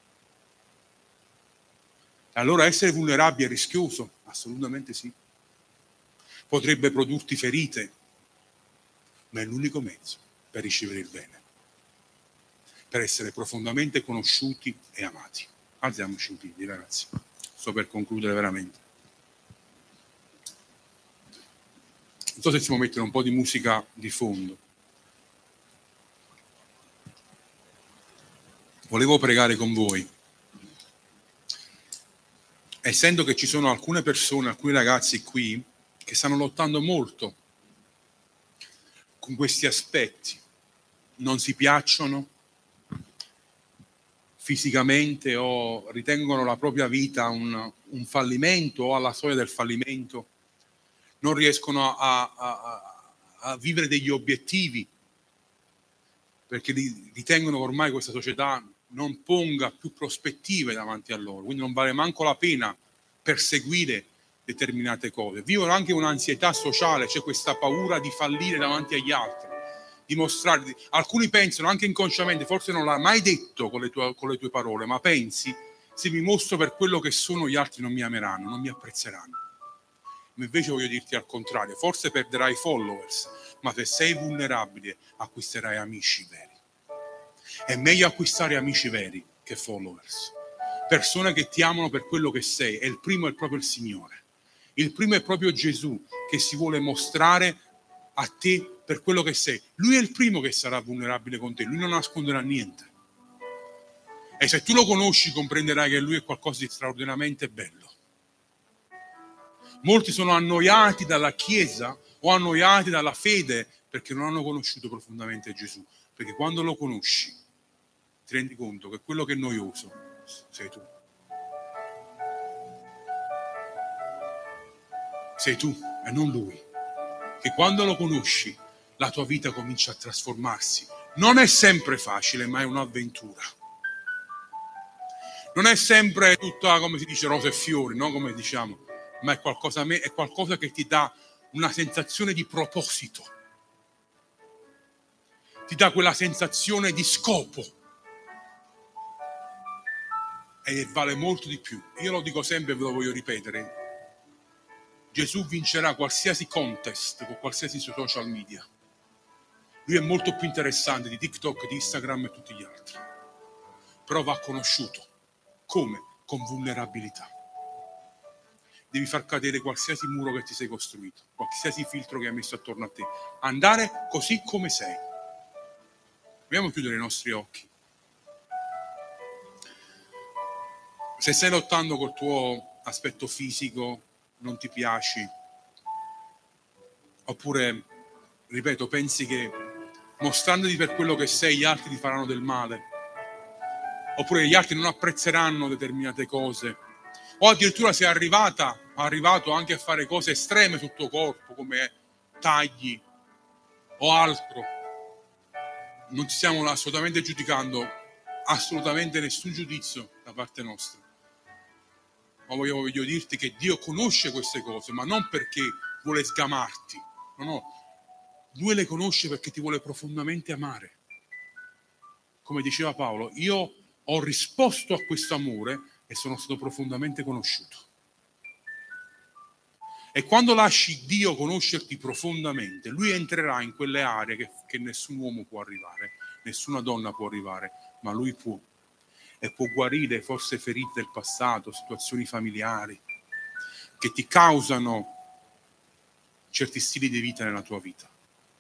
Allora essere vulnerabili è rischioso? Assolutamente sì. Potrebbe produrti ferite, ma è l'unico mezzo per ricevere il bene, per essere profondamente conosciuti e amati. Alziamoci in piedi, ragazzi. Sto per concludere veramente. Non so se si può mettere un po' di musica di fondo. Volevo pregare con voi. Essendo che ci sono alcune persone, alcuni ragazzi qui, che stanno lottando molto con questi aspetti, non si piacciono fisicamente o ritengono la propria vita un fallimento o alla soglia del fallimento, non riescono a vivere degli obiettivi perché ritengono che ormai questa società non ponga più prospettive davanti a loro, quindi non vale manco la pena perseguire determinate cose. Vivono anche un'ansietà sociale, c'è questa paura di fallire davanti agli altri, di mostrare. Alcuni pensano anche inconsciamente, forse non l'ha mai detto con le tue parole, ma pensi: se mi mostro per quello che sono, gli altri non mi ameranno, non mi apprezzeranno. Ma invece voglio dirti al contrario, forse perderai followers, ma se sei vulnerabile acquisterai amici veri. È meglio acquistare amici veri che followers, persone che ti amano per quello che sei, e il primo è proprio il Signore. Il primo è proprio Gesù, che si vuole mostrare a te per quello che sei. Lui è il primo che sarà vulnerabile con te, lui non nasconderà niente. E se tu lo conosci comprenderai che lui è qualcosa di straordinariamente bello. Molti sono annoiati dalla Chiesa o annoiati dalla fede perché non hanno conosciuto profondamente Gesù. Perché quando lo conosci ti rendi conto che quello che è noioso sei tu. Sei tu e non lui. Che quando lo conosci la tua vita comincia a trasformarsi. Non è sempre facile, ma è un'avventura. Non è sempre tutta, come si dice, rose e fiori, no? Come diciamo, ma è qualcosa che ti dà una sensazione di proposito. Ti dà quella sensazione di scopo. E vale molto di più. Io lo dico sempre e ve lo voglio ripetere. Gesù vincerà qualsiasi contest con qualsiasi social media. Lui è molto più interessante di TikTok, di Instagram e tutti gli altri. Però va conosciuto. Come? Con vulnerabilità. Devi far cadere qualsiasi muro che ti sei costruito, qualsiasi filtro che hai messo attorno a te. Andare così come sei. Dobbiamo chiudere i nostri occhi. Se stai lottando col tuo aspetto fisico, non ti piaci, oppure, ripeto, pensi che mostrandoti per quello che sei gli altri ti faranno del male, oppure gli altri non apprezzeranno determinate cose, o addirittura sei arrivato anche a fare cose estreme sul tuo corpo come tagli o altro, non ti stiamo assolutamente giudicando, assolutamente nessun giudizio da parte nostra. Ma voglio dirti che Dio conosce queste cose, ma non perché vuole sgamarti. No. Lui le conosce perché ti vuole profondamente amare. Come diceva Paolo, io ho risposto a questo amore e sono stato profondamente conosciuto. E quando lasci Dio conoscerti profondamente, Lui entrerà in quelle aree che nessun uomo può arrivare, nessuna donna può arrivare, ma Lui può. E può guarire forse ferite del passato, situazioni familiari che ti causano certi stili di vita nella tua vita.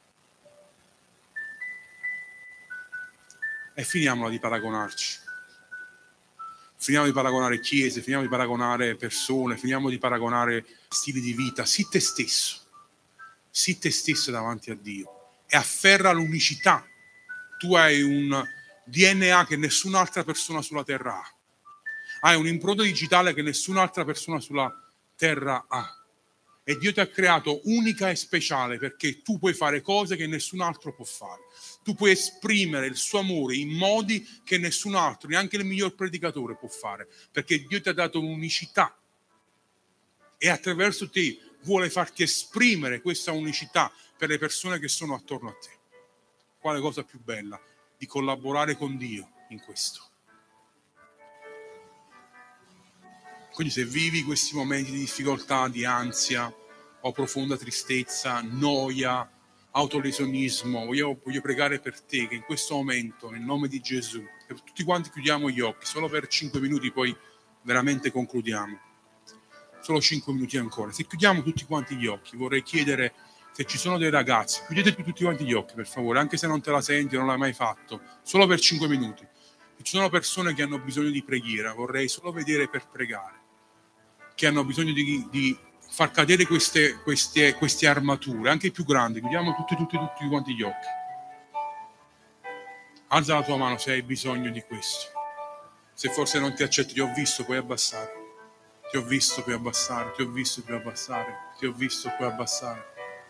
E finiamola di paragonarci. Finiamo di paragonare chiese, finiamo di paragonare persone, finiamo di paragonare stili di vita. Sii te stesso. Sii te stesso davanti a Dio e afferra l'unicità. Tu hai un DNA che nessun'altra persona sulla terra ha. Hai un'impronta digitale che nessun'altra persona sulla terra ha. E Dio ti ha creato unica e speciale perché tu puoi fare cose che nessun altro può fare. Tu puoi esprimere il suo amore in modi che nessun altro, neanche il miglior predicatore può fare, perché Dio ti ha dato un'unicità e attraverso te vuole farti esprimere questa unicità per le persone che sono attorno a te. Quale cosa più bella di collaborare con Dio in questo? Quindi se vivi questi momenti di difficoltà, di ansia o profonda tristezza, noia, autolesionismo, io voglio pregare per te che in questo momento, nel nome di Gesù, che tutti quanti chiudiamo gli occhi, solo per 5 minuti, poi veramente concludiamo. Solo 5 minuti ancora. Se chiudiamo tutti quanti gli occhi, vorrei chiedere, se ci sono dei ragazzi, chiudete tutti quanti gli occhi per favore, anche se non te la senti, non l'hai mai fatto, solo per 5 minuti. Se ci sono persone che hanno bisogno di preghiera, vorrei solo vedere per pregare, che hanno bisogno di far cadere queste armature, anche più grandi. Chiudiamo tutti quanti gli occhi. Alza la tua mano se hai bisogno di questo. Se forse non ti accetto, ti ho visto, puoi abbassare. Ti ho visto, puoi abbassare. Ti ho visto, puoi abbassare. Ti ho visto, puoi abbassare.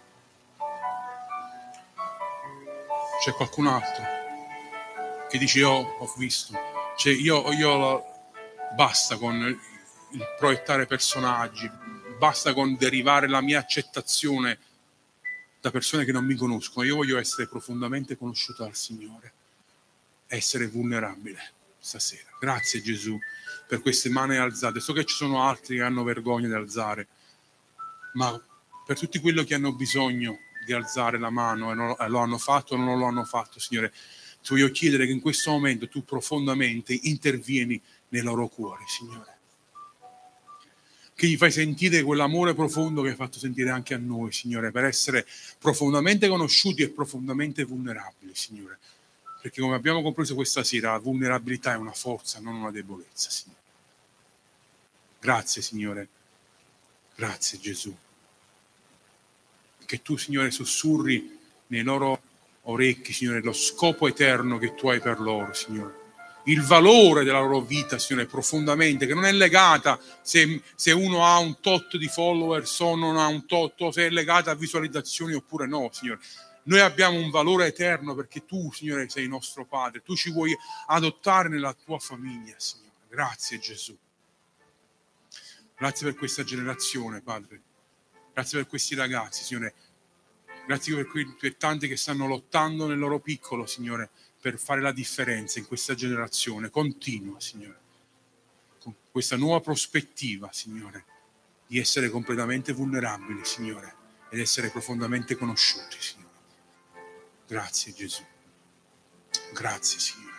C'è qualcun altro che dice ho visto. Cioè io basta con il proiettare personaggi, basta con derivare la mia accettazione da persone che non mi conoscono. Io voglio essere profondamente conosciuto dal Signore, essere vulnerabile stasera. Grazie Gesù per queste mani alzate. So che ci sono altri che hanno vergogna di alzare, ma per tutti quelli che hanno bisogno di alzare la mano e lo hanno fatto o non lo hanno fatto, Signore, ti voglio chiedere che in questo momento tu profondamente intervieni nei loro cuori, Signore, che gli fai sentire quell'amore profondo che hai fatto sentire anche a noi, Signore, per essere profondamente conosciuti e profondamente vulnerabili, Signore, perché come abbiamo compreso questa sera, la vulnerabilità è una forza, non una debolezza, Signore. Grazie, Signore. Grazie, Gesù. Che tu, Signore, sussurri nei loro orecchi, Signore, lo scopo eterno che tu hai per loro, Signore. Il valore della loro vita, Signore, profondamente, che non è legata se uno ha un tot di followers o non ha un tot, se è legata a visualizzazioni oppure no, Signore. Noi abbiamo un valore eterno perché tu, Signore, sei nostro Padre. Tu ci vuoi adottare nella tua famiglia, Signore. Grazie, Gesù. Grazie per questa generazione, Padre. Grazie per questi ragazzi, Signore. Grazie per tanti che stanno lottando nel loro piccolo, Signore, per fare la differenza in questa generazione. Continua, Signore, con questa nuova prospettiva, Signore, di essere completamente vulnerabili, Signore, ed essere profondamente conosciuti, Signore. Grazie, Gesù. Grazie, Signore.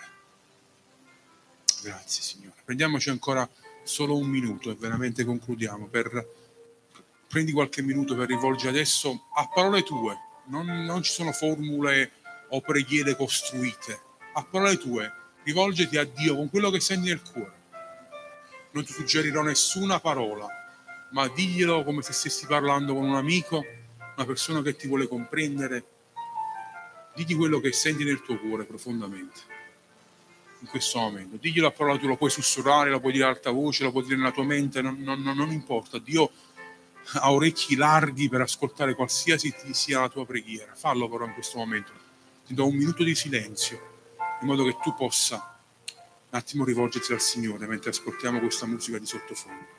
Grazie, Signore. Prendiamoci ancora solo un minuto e veramente concludiamo. Prendi qualche minuto per rivolgere adesso a parole tue. Non ci sono formule o preghiere costruite. A parole tue, rivolgiti a Dio con quello che senti nel cuore. Non ti suggerirò nessuna parola, ma diglielo come se stessi parlando con un amico, una persona che ti vuole comprendere. Digli quello che senti nel tuo cuore profondamente in questo momento. Diglielo a parola tua, lo puoi sussurrare, lo puoi dire ad alta voce, lo puoi dire nella tua mente, non importa. Dio ha orecchi larghi per ascoltare qualsiasi sia la tua preghiera. Fallo però in questo momento. Ti do un minuto di silenzio in modo che tu possa un attimo rivolgerti al Signore mentre ascoltiamo questa musica di sottofondo.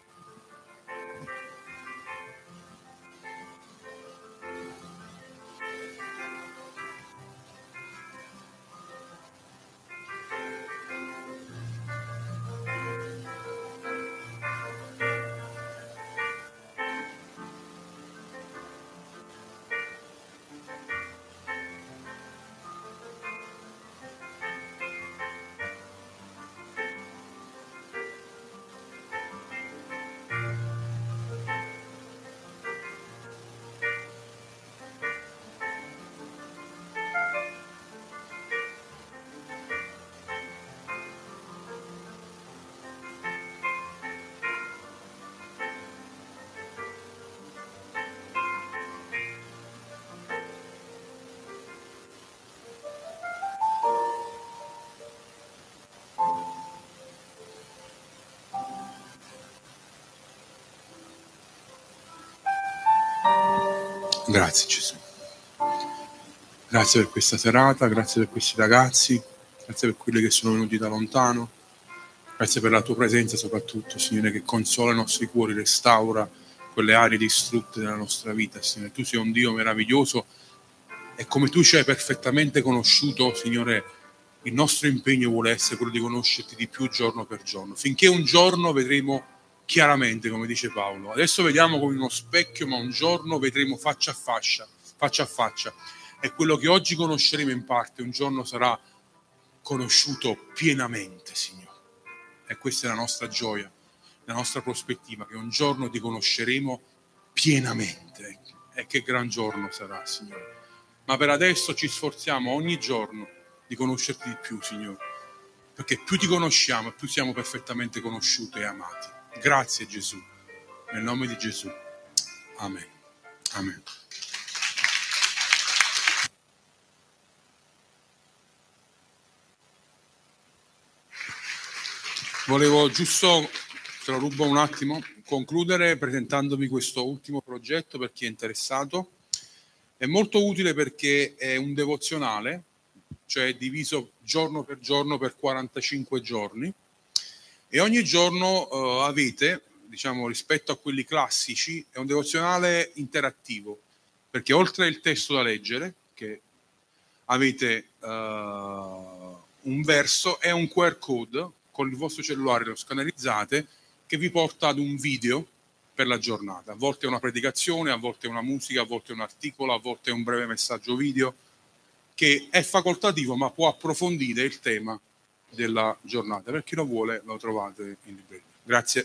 Grazie Gesù. Grazie per questa serata, grazie per questi ragazzi, grazie per quelli che sono venuti da lontano, grazie per la tua presenza soprattutto, Signore, che consola i nostri cuori, restaura quelle aree distrutte della nostra vita, Signore. Tu sei un Dio meraviglioso e come tu ci hai perfettamente conosciuto, Signore, il nostro impegno vuole essere quello di conoscerti di più giorno per giorno, finché un giorno vedremo chiaramente, come dice Paolo. Adesso vediamo come uno specchio, ma un giorno vedremo faccia a faccia. E quello che oggi conosceremo in parte, un giorno sarà conosciuto pienamente, Signore. E questa è la nostra gioia, la nostra prospettiva, che un giorno ti conosceremo pienamente. E che gran giorno sarà, Signore. Ma per adesso ci sforziamo ogni giorno di conoscerti di più, Signore, perché più ti conosciamo e più siamo perfettamente conosciuti e amati. Grazie Gesù, nel nome di Gesù. Amen. Amen. Volevo giusto, te lo rubo un attimo, concludere presentandovi questo ultimo progetto per chi è interessato. È molto utile perché è un devozionale, cioè è diviso giorno per 45 giorni e ogni giorno avete, diciamo, rispetto a quelli classici, è un devozionale interattivo, perché oltre il testo da leggere, che avete un verso e un QR code con il vostro cellulare, lo scannerizzate, che vi porta ad un video per la giornata. A volte è una predicazione, a volte è una musica, a volte è un articolo, a volte è un breve messaggio video, che è facoltativo ma può approfondire il tema della giornata. Per chi lo vuole lo trovate in libreria. Grazie.